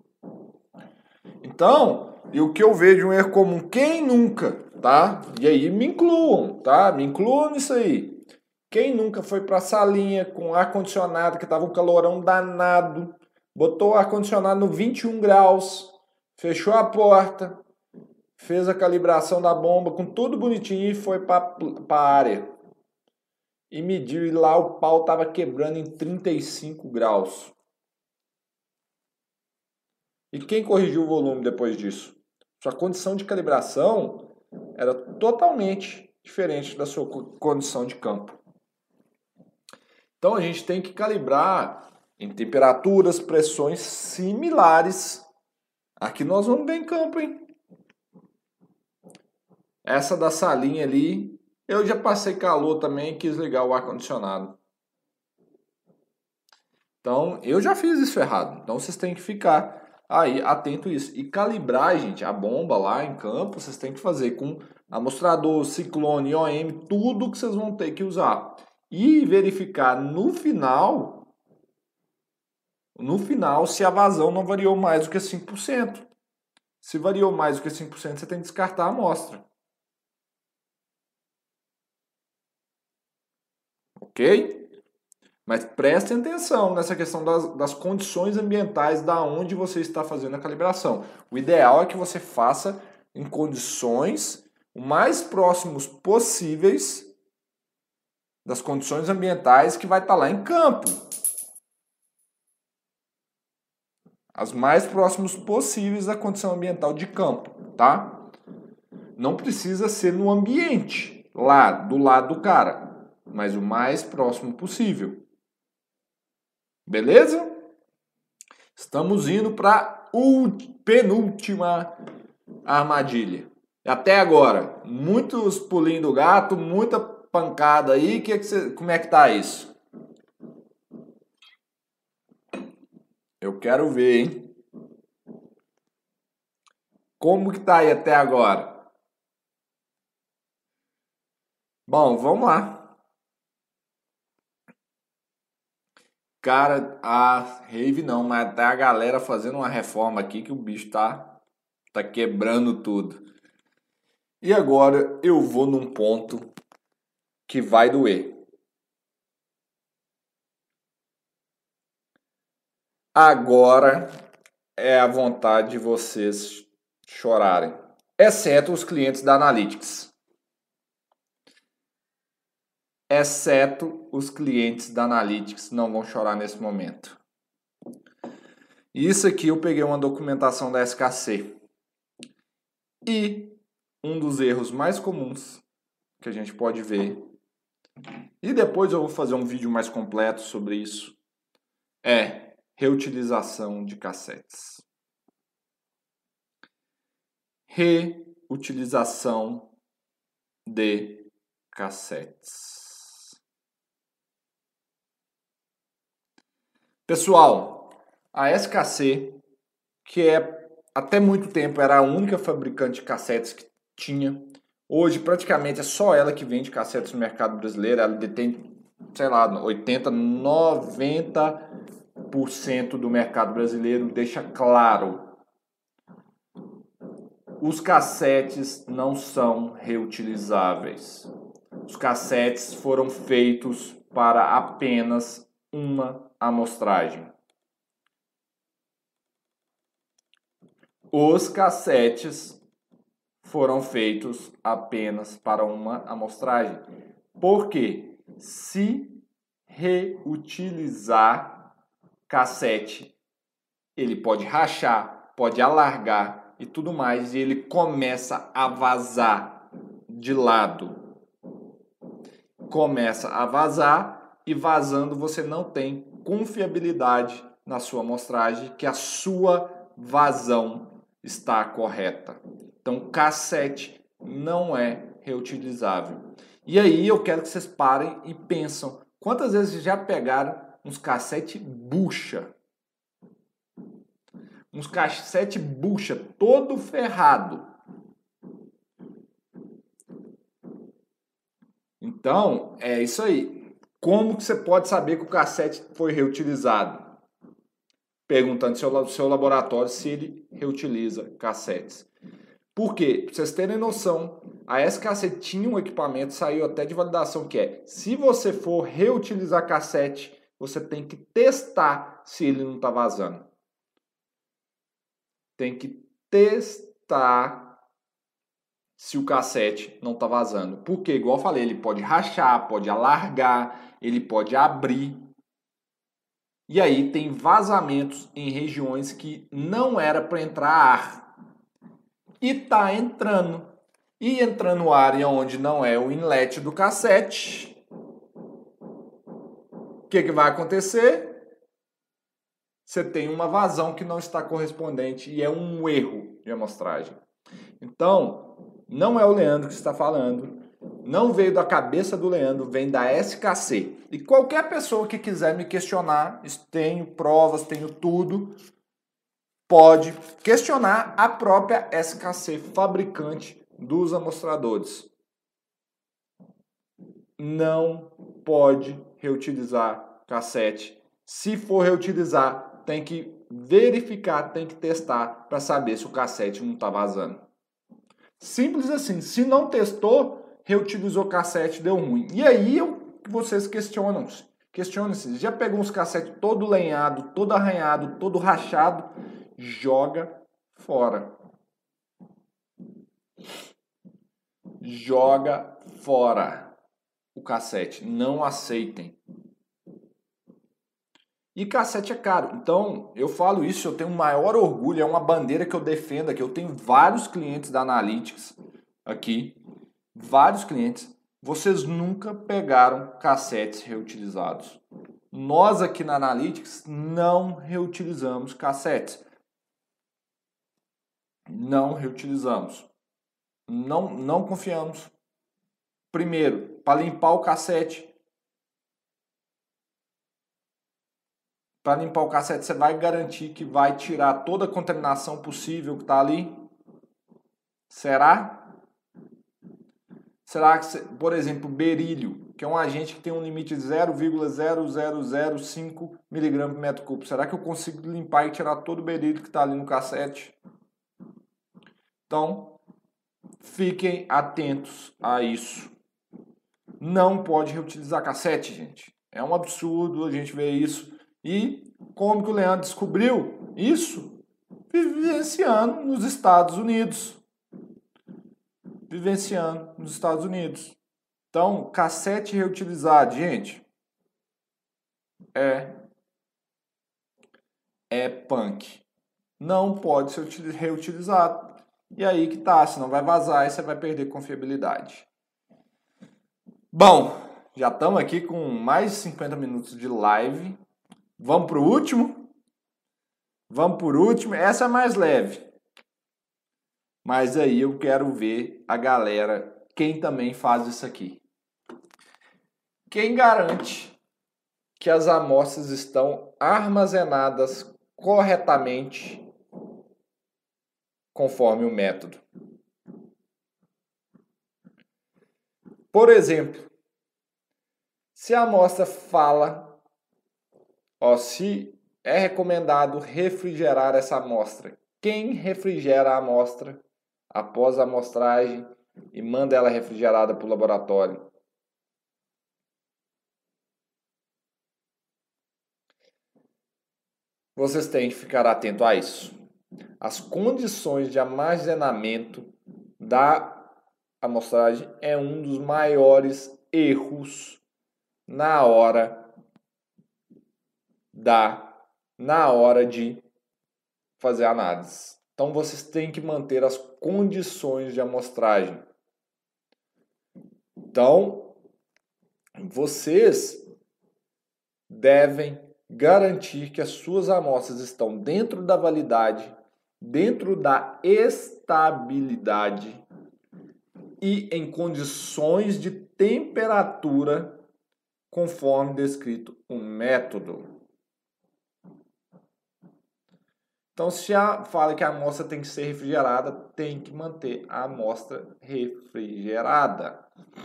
Então, e o que eu vejo um erro comum, quem nunca, tá? E aí me incluam, tá? Me incluam nisso aí. Quem nunca foi pra salinha com ar-condicionado, que tava um calorão danado, botou o ar-condicionado no vinte e um graus, fechou a porta, fez a calibração da bomba com tudo bonitinho e foi para a área. E mediu e lá o pau estava quebrando em trinta e cinco graus. E quem corrigiu o volume depois disso? Sua condição de calibração era totalmente diferente da sua condição de campo. Então a gente tem que calibrar em temperaturas, pressões similares. Aqui nós vamos ver em campo, hein? Essa da salinha ali, eu já passei calor também e quis ligar o ar-condicionado. Então, eu já fiz isso errado. Então, vocês têm que ficar aí atento a isso. E calibrar, gente, a bomba lá em campo, vocês têm que fazer com amostrador, ciclone, I O M, tudo que vocês vão ter que usar. E verificar no final, no final, se a vazão não variou mais do que cinco por cento. Se variou mais do que cinco por cento, você tem que descartar a amostra. Ok? Mas prestem atenção nessa questão das, das condições ambientais da onde você está fazendo a calibração. O ideal é que você faça em condições o mais próximos possíveis das condições ambientais que vai estar lá em campo. As mais próximas possíveis da condição ambiental de campo, tá? Não precisa ser no ambiente, lá, do lado do cara, mas o mais próximo possível. Beleza? Estamos indo para a penúltima armadilha. Até agora, muitos pulinhos do gato, muita pancada aí, que que você, como é que tá isso? Eu quero ver, hein? Como que tá aí até agora? Bom, vamos lá. Cara, a rave não, mas tá a galera fazendo uma reforma aqui que o bicho tá, tá quebrando tudo. E agora eu vou num ponto que vai doer. Agora é a vontade de vocês chorarem, exceto os clientes da Analytics. Exceto os clientes da Analytics não vão chorar nesse momento. Isso aqui eu peguei uma documentação da S K C. E um dos erros mais comuns que a gente pode ver, e depois eu vou fazer um vídeo mais completo sobre isso, é reutilização de cassetes. Reutilização de cassetes. Pessoal, a S K C, que é até muito tempo era a única fabricante de cassetes que tinha, hoje praticamente é só ela que vende cassetes no mercado brasileiro. Ela detém, sei lá, oitenta, noventa por cento do mercado brasileiro. Deixa claro, os cassetes não são reutilizáveis. Os cassetes foram feitos para apenas uma amostragem. Os cassetes foram feitos apenas para uma amostragem. Porque se reutilizar cassete, ele pode rachar, pode alargar e tudo mais, e ele começa a vazar de lado. Começa a vazar e vazando você não tem confiabilidade na sua amostragem que a sua vazão está correta. Então, cassete não é reutilizável. E aí eu quero que vocês parem e pensam, quantas vezes já pegaram uns cassete bucha? Uns cassete bucha todo ferrado. Então, é isso aí. Como que você pode saber que o cassete foi reutilizado? Perguntando ao seu, seu laboratório se ele reutiliza cassetes. Por quê? Para vocês terem noção, a S K C tinha um equipamento, saiu até de validação, que é, se você for reutilizar cassete, você tem que testar se ele não está vazando. Tem que testar se o cassete não está vazando. Porque, igual eu falei, ele pode rachar, pode alargar, ele pode abrir. E aí tem vazamentos em regiões que não era para entrar ar. E tá entrando. E entrando ar onde não é o inlet do cassete, o que, que vai acontecer? Você tem uma vazão que não está correspondente e é um erro de amostragem. Então, não é o Leandro que está falando, não veio da cabeça do Leandro, vem da S K C. E qualquer pessoa que quiser me questionar, tenho provas, tenho tudo, pode questionar a própria S K C, fabricante dos amostradores. Não pode reutilizar cassete. Se for reutilizar, tem que verificar, tem que testar para saber se o cassete não está vazando. Simples assim. Se não testou, reutilizou cassete, deu ruim. E aí vocês questionam-se. Questionam-se. Já pegou uns cassetes todo lenhado, todo arranhado, todo rachado, joga fora. Joga fora o cassete. Não aceitem. E cassete é caro. Então, eu falo isso, eu tenho o maior orgulho, é uma bandeira que eu defendo aqui. Eu tenho vários clientes da Analytics aqui. Vários clientes. Vocês nunca pegaram cassetes reutilizados. Nós aqui na Analytics não reutilizamos cassetes. Não reutilizamos. Não, não confiamos. Primeiro, para limpar o cassete. Para limpar o cassete, você vai garantir que vai tirar toda a contaminação possível que está ali? Será? Será que, por exemplo, berílio, que é um agente que tem um limite de zero vírgula zero zero zero cinco miligramas por metro cúbico, será que eu consigo limpar e tirar todo o berílio que está ali no cassete? Então, fiquem atentos a isso. Não pode reutilizar cassete, gente. É um absurdo a gente ver isso. E como que o Leandro descobriu isso? Vivenciando nos Estados Unidos. Vivenciando nos Estados Unidos. Então, cassete reutilizado, gente, é, é punk. Não pode ser reutilizado. E aí que tá, senão vai vazar e você vai perder confiabilidade. Bom, já estamos aqui com mais de cinquenta minutos de live. Vamos para o último? Vamos por último. Essa é mais leve. Mas aí eu quero ver a galera, quem também faz isso aqui. Quem garante que as amostras estão armazenadas corretamente conforme o método? Por exemplo, se a amostra fala, ó, se é recomendado refrigerar essa amostra, quem refrigera a amostra após a amostragem e manda ela refrigerada para o laboratório? Vocês têm que ficar atento a isso. As condições de armazenamento da amostragem é um dos maiores erros na hora da na hora de fazer a análise. Então vocês têm que manter as condições de amostragem. Então vocês devem garantir que as suas amostras estão dentro da validade, dentro da estabilidade e em condições de temperatura conforme descrito o método. Então, se a, fala que a amostra tem que ser refrigerada, tem que manter a amostra refrigerada.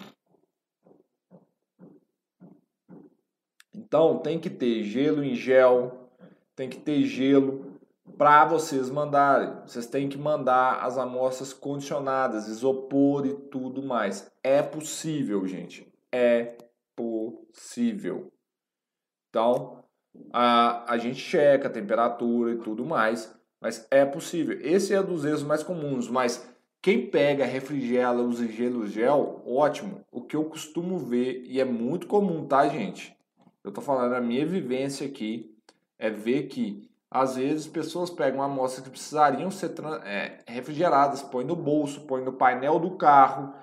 Então, tem que ter gelo em gel, tem que ter gelo para vocês mandarem. Vocês têm que mandar as amostras condicionadas, isopor e tudo mais. É possível, gente. É possível. Então, a, a gente checa a temperatura e tudo mais, mas é possível. Esse é um dos erros mais comuns, mas quem pega, refrigera, usa gelo gel, ótimo. O que eu costumo ver, e é muito comum, tá, gente? Eu tô falando a minha vivência aqui, é ver que às vezes pessoas pegam amostras que precisariam ser é, refrigeradas, põe no bolso, põe no painel do carro,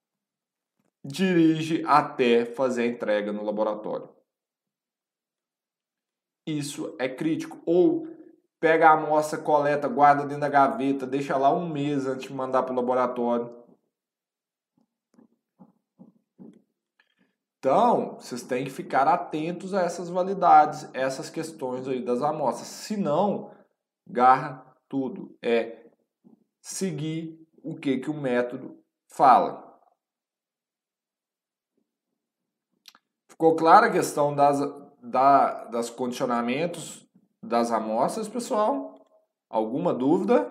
dirige até fazer a entrega no laboratório. Isso é crítico. Ou pega a amostra, coleta, guarda dentro da gaveta, deixa lá um mês antes de mandar para o laboratório. Então, vocês têm que ficar atentos a essas validades, essas questões aí das amostras. Se não, garra tudo. É seguir o que, que o método fala. Ficou clara a questão das, da, das condicionamentos das amostras, pessoal? Alguma dúvida?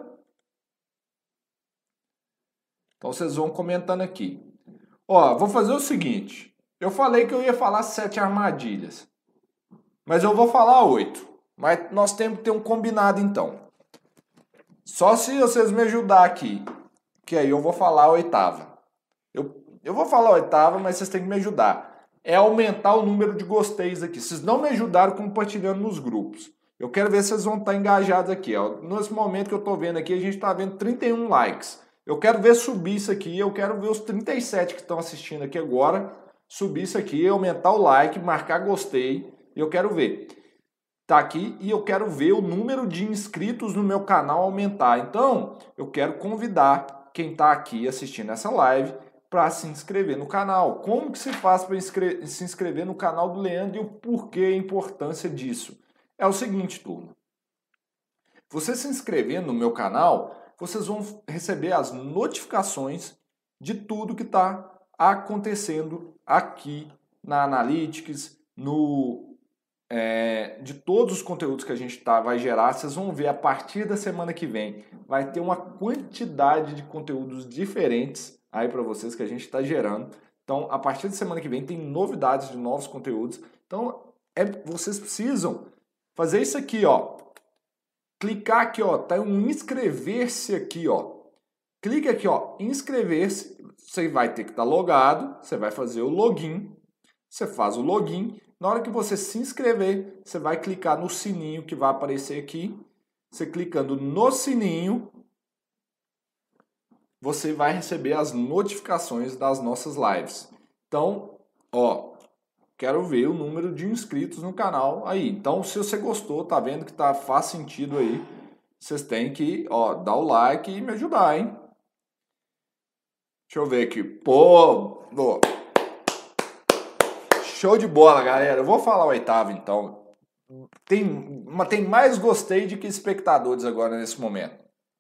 Então, vocês vão comentando aqui. Ó, vou fazer o seguinte. Eu falei que eu ia falar sete armadilhas, mas eu vou falar oito. Mas nós temos que ter um combinado então. Só se vocês me ajudar aqui, que aí eu vou falar a oitava. Eu, eu vou falar a oitava, mas vocês têm que me ajudar. É aumentar o número de gosteis aqui. Vocês não me ajudaram compartilhando nos grupos. Eu quero ver se vocês vão estar engajados aqui. Ó. Nesse momento que eu estou vendo aqui, a gente está vendo trinta e um likes. Eu quero ver subir isso aqui. Eu quero ver os trinta e sete que estão assistindo aqui agora subir isso aqui, aumentar o like, marcar gostei, eu quero ver. Tá aqui e eu quero ver o número de inscritos no meu canal aumentar. Então, eu quero convidar quem tá aqui assistindo essa live para se inscrever no canal. Como que se faz para se inscrever no canal do Leandro e o porquê a importância disso? É o seguinte, turma. Você se inscrevendo no meu canal, vocês vão receber as notificações de tudo que está acontecendo aqui na Analytics, no, é, de todos os conteúdos que a gente tá, vai gerar. Vocês vão ver a partir da semana que vem, vai ter uma quantidade de conteúdos diferentes aí para vocês que a gente está gerando. Então, a partir da semana que vem tem novidades de novos conteúdos. Então, é, vocês precisam fazer isso aqui, ó. Clicar aqui, ó, tá um inscrever-se aqui, ó. Clica aqui, ó, inscrever-se. Você vai ter que estar logado, você vai fazer o login. Você faz o login. Na hora que você se inscrever, você vai clicar no sininho que vai aparecer aqui. Você clicando no sininho, você vai receber as notificações das nossas lives. Então, ó, quero ver o número de inscritos no canal aí. Então, se você gostou, tá vendo que tá, faz sentido aí, vocês têm que, ó, dar o like e me ajudar, hein? Deixa eu ver aqui. Pô, pô. Show de bola, galera. Eu vou falar o oitavo, então. Tem, tem mais gostei do que espectadores agora nesse momento.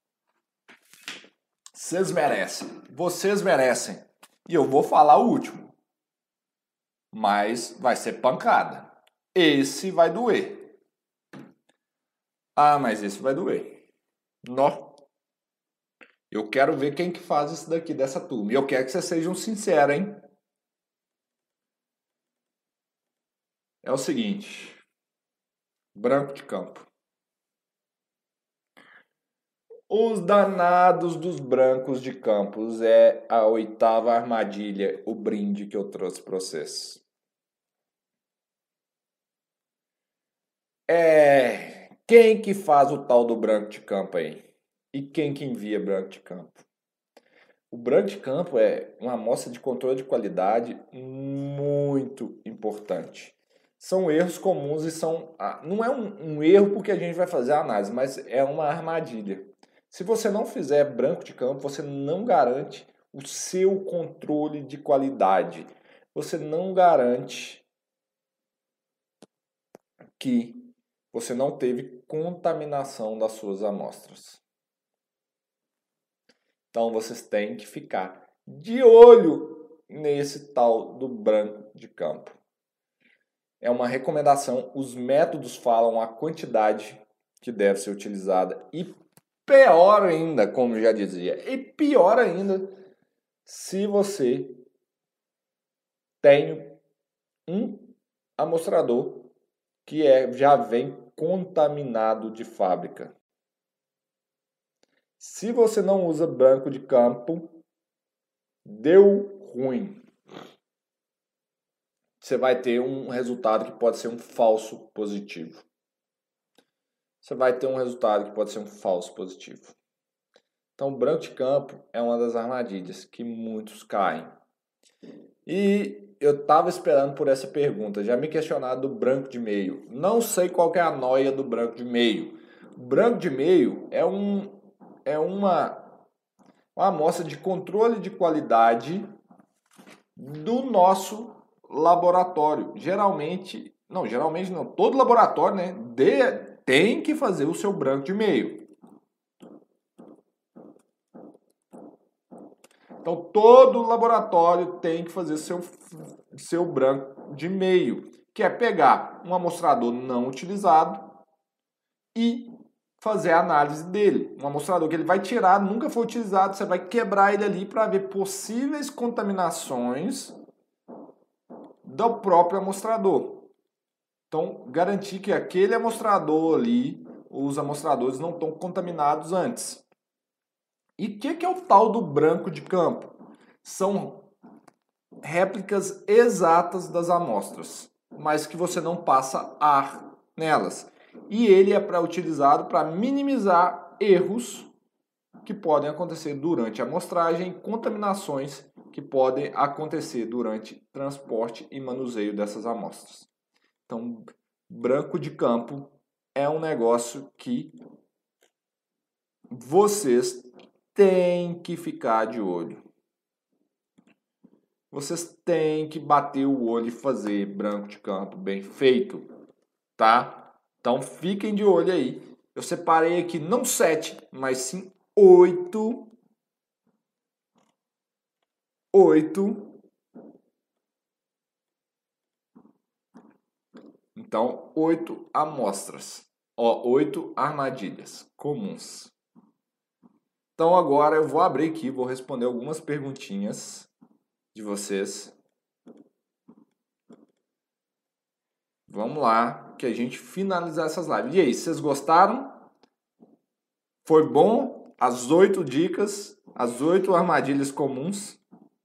Vocês merecem. Vocês merecem. E eu vou falar o último. Mas vai ser pancada. Esse vai doer. Ah, mas esse vai doer. Nó. Eu quero ver quem que faz isso daqui dessa turma. E eu quero que vocês sejam sinceros, hein? É o seguinte. Branco de campo. Os danados dos brancos de campos é a oitava armadilha, o brinde que eu trouxe para vocês. É, quem que faz o tal do branco de campo aí? E quem que envia branco de campo? O branco de campo é uma amostra de controle de qualidade muito importante. São erros comuns e são... Não é um, um erro porque a gente vai fazer a análise, mas é uma armadilha. Se você não fizer branco de campo, você não garante o seu controle de qualidade. Você não garante que você não teve contaminação das suas amostras. Então, vocês têm que ficar de olho nesse tal do branco de campo. É uma recomendação, os métodos falam a quantidade que deve ser utilizada e pior ainda, como já dizia, e pior ainda se você tem um amostrador que é, já vem contaminado de fábrica. Se você não usa branco de campo, deu ruim. Você vai ter um resultado que pode ser um falso positivo. Você vai ter um resultado que pode ser um falso positivo. Então, branco de campo é uma das armadilhas que muitos caem. E eu estava esperando por essa pergunta, já me questionaram do branco de meio. Não sei qual que é a noia do branco de meio. O branco de meio é, um, é uma, uma amostra de controle de qualidade do nosso laboratório. Geralmente, não, geralmente não, todo laboratório, né, de, tem que fazer o seu branco de meio. Então, todo laboratório tem que fazer seu, seu branco de meio, que é pegar um amostrador não utilizado e fazer a análise dele. Um amostrador que ele vai tirar, nunca foi utilizado, você vai quebrar ele ali para ver possíveis contaminações do próprio amostrador. Então, garantir que aquele amostrador ali, os amostradores não estão contaminados antes. E o que, que é o tal do branco de campo? São réplicas exatas das amostras, mas que você não passa ar nelas. E ele é para utilizado para minimizar erros que podem acontecer durante a amostragem, contaminações que podem acontecer durante transporte e manuseio dessas amostras. Então, branco de campo é um negócio que vocês têm que ficar de olho. vocês têm que bater o olho e fazer branco de campo bem feito, tá? Então fiquem de olho aí. Eu separei aqui não sete, mas sim oito, oito. Então, oito amostras, ó, oito armadilhas comuns. Então agora eu vou abrir aqui, vou responder algumas perguntinhas de vocês. Vamos lá, que a gente finalizar essas lives. E aí, vocês gostaram? Foi bom? As oito dicas, as oito armadilhas comuns?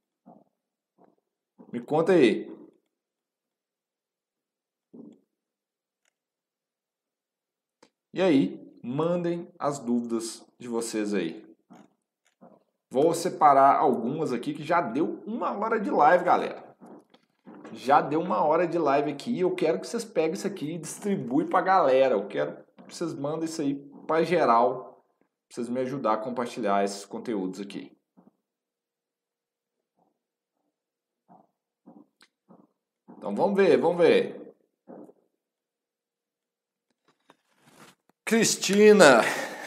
Me conta aí. E aí, mandem as dúvidas de vocês aí. Vou separar algumas aqui que já deu uma hora de live, galera. Já deu uma hora de live aqui. Eu quero que vocês peguem isso aqui e distribuem para a galera. Eu quero que vocês mandem isso aí para geral. Pra vocês me ajudar a compartilhar esses conteúdos aqui. Então vamos ver, vamos ver. Cristina.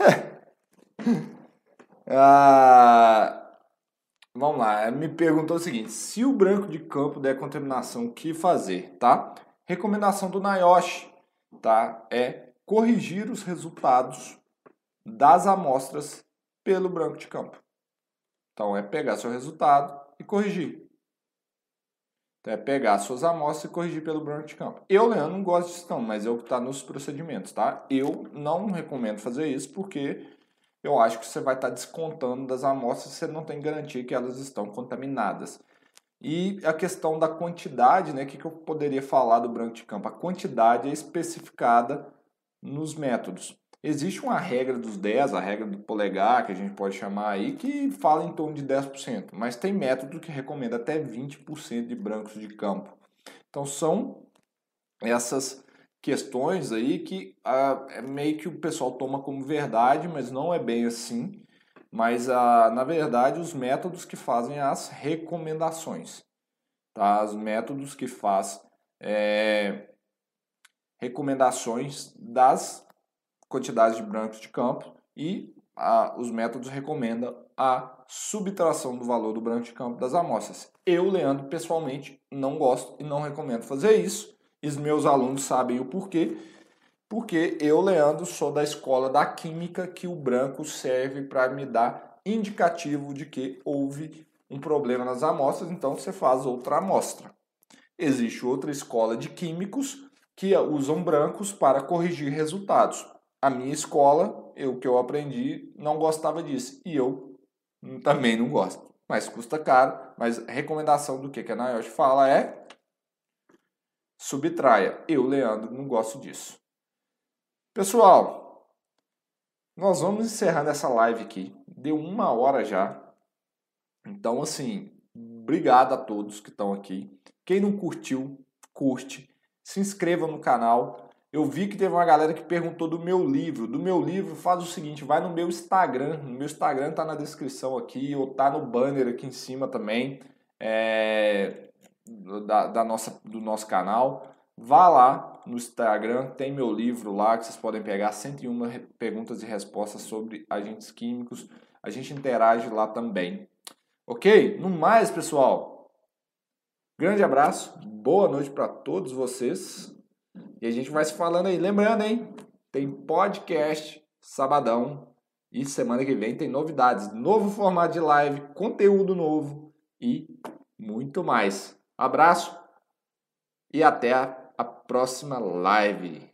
ah... Vamos lá, me perguntou o seguinte, se o branco de campo der contaminação, o que fazer, tá? Recomendação do NIOSH, tá? É corrigir os resultados das amostras pelo branco de campo. Então, é pegar seu resultado e corrigir. Então, é pegar suas amostras e corrigir pelo branco de campo. Eu, Leandro, não gosto disso não, mas é o que está nos procedimentos, tá? Eu não recomendo fazer isso porque eu acho que você vai estar descontando das amostras e você não tem garantia que elas estão contaminadas. E a questão da quantidade, né? O que eu poderia falar do branco de campo? A quantidade é especificada nos métodos. Existe uma regra dos dez, a regra do polegar, que a gente pode chamar aí, que fala em torno de dez por cento. Mas tem método que recomenda até vinte por cento de brancos de campo. Então são essas questões aí que ah, é meio que o pessoal toma como verdade, mas não é bem assim. Mas, ah, na verdade, os métodos que fazem as recomendações, tá? Os métodos que faz é, recomendações das quantidades de brancos de campo e ah, os métodos recomendam a subtração do valor do branco de campo das amostras. Eu, Leandro, pessoalmente, não gosto e não recomendo fazer isso. E os meus alunos sabem o porquê, porque eu, Leandro, sou da escola da química que o branco serve para me dar indicativo de que houve um problema nas amostras, então você faz outra amostra. Existe outra escola de químicos que usam brancos para corrigir resultados. A minha escola, o que eu aprendi, não gostava disso e eu também não gosto. Mas custa caro, mas a recomendação do que a NIOSH fala é subtraia. Eu, Leandro, não gosto disso. Pessoal, nós vamos encerrando essa live aqui. Deu uma hora já. Então, assim, obrigado a todos que estão aqui. Quem não curtiu, curte. Se inscreva no canal. Eu vi que teve uma galera que perguntou do meu livro. Do meu livro, faz o seguinte, vai no meu Instagram. No meu Instagram tá na descrição aqui, ou tá no banner aqui em cima também, é, da, da nossa, do nosso canal. Vá lá no Instagram, tem meu livro lá que vocês podem pegar, cento e uma perguntas e respostas sobre agentes químicos. A gente interage lá também. Ok? No mais, pessoal, grande abraço, boa noite para todos vocês. E a gente vai se falando aí. Lembrando, hein? Tem podcast sabadão e semana que vem tem novidades. Novo formato de live, conteúdo novo e muito mais. Abraço e até a a próxima live.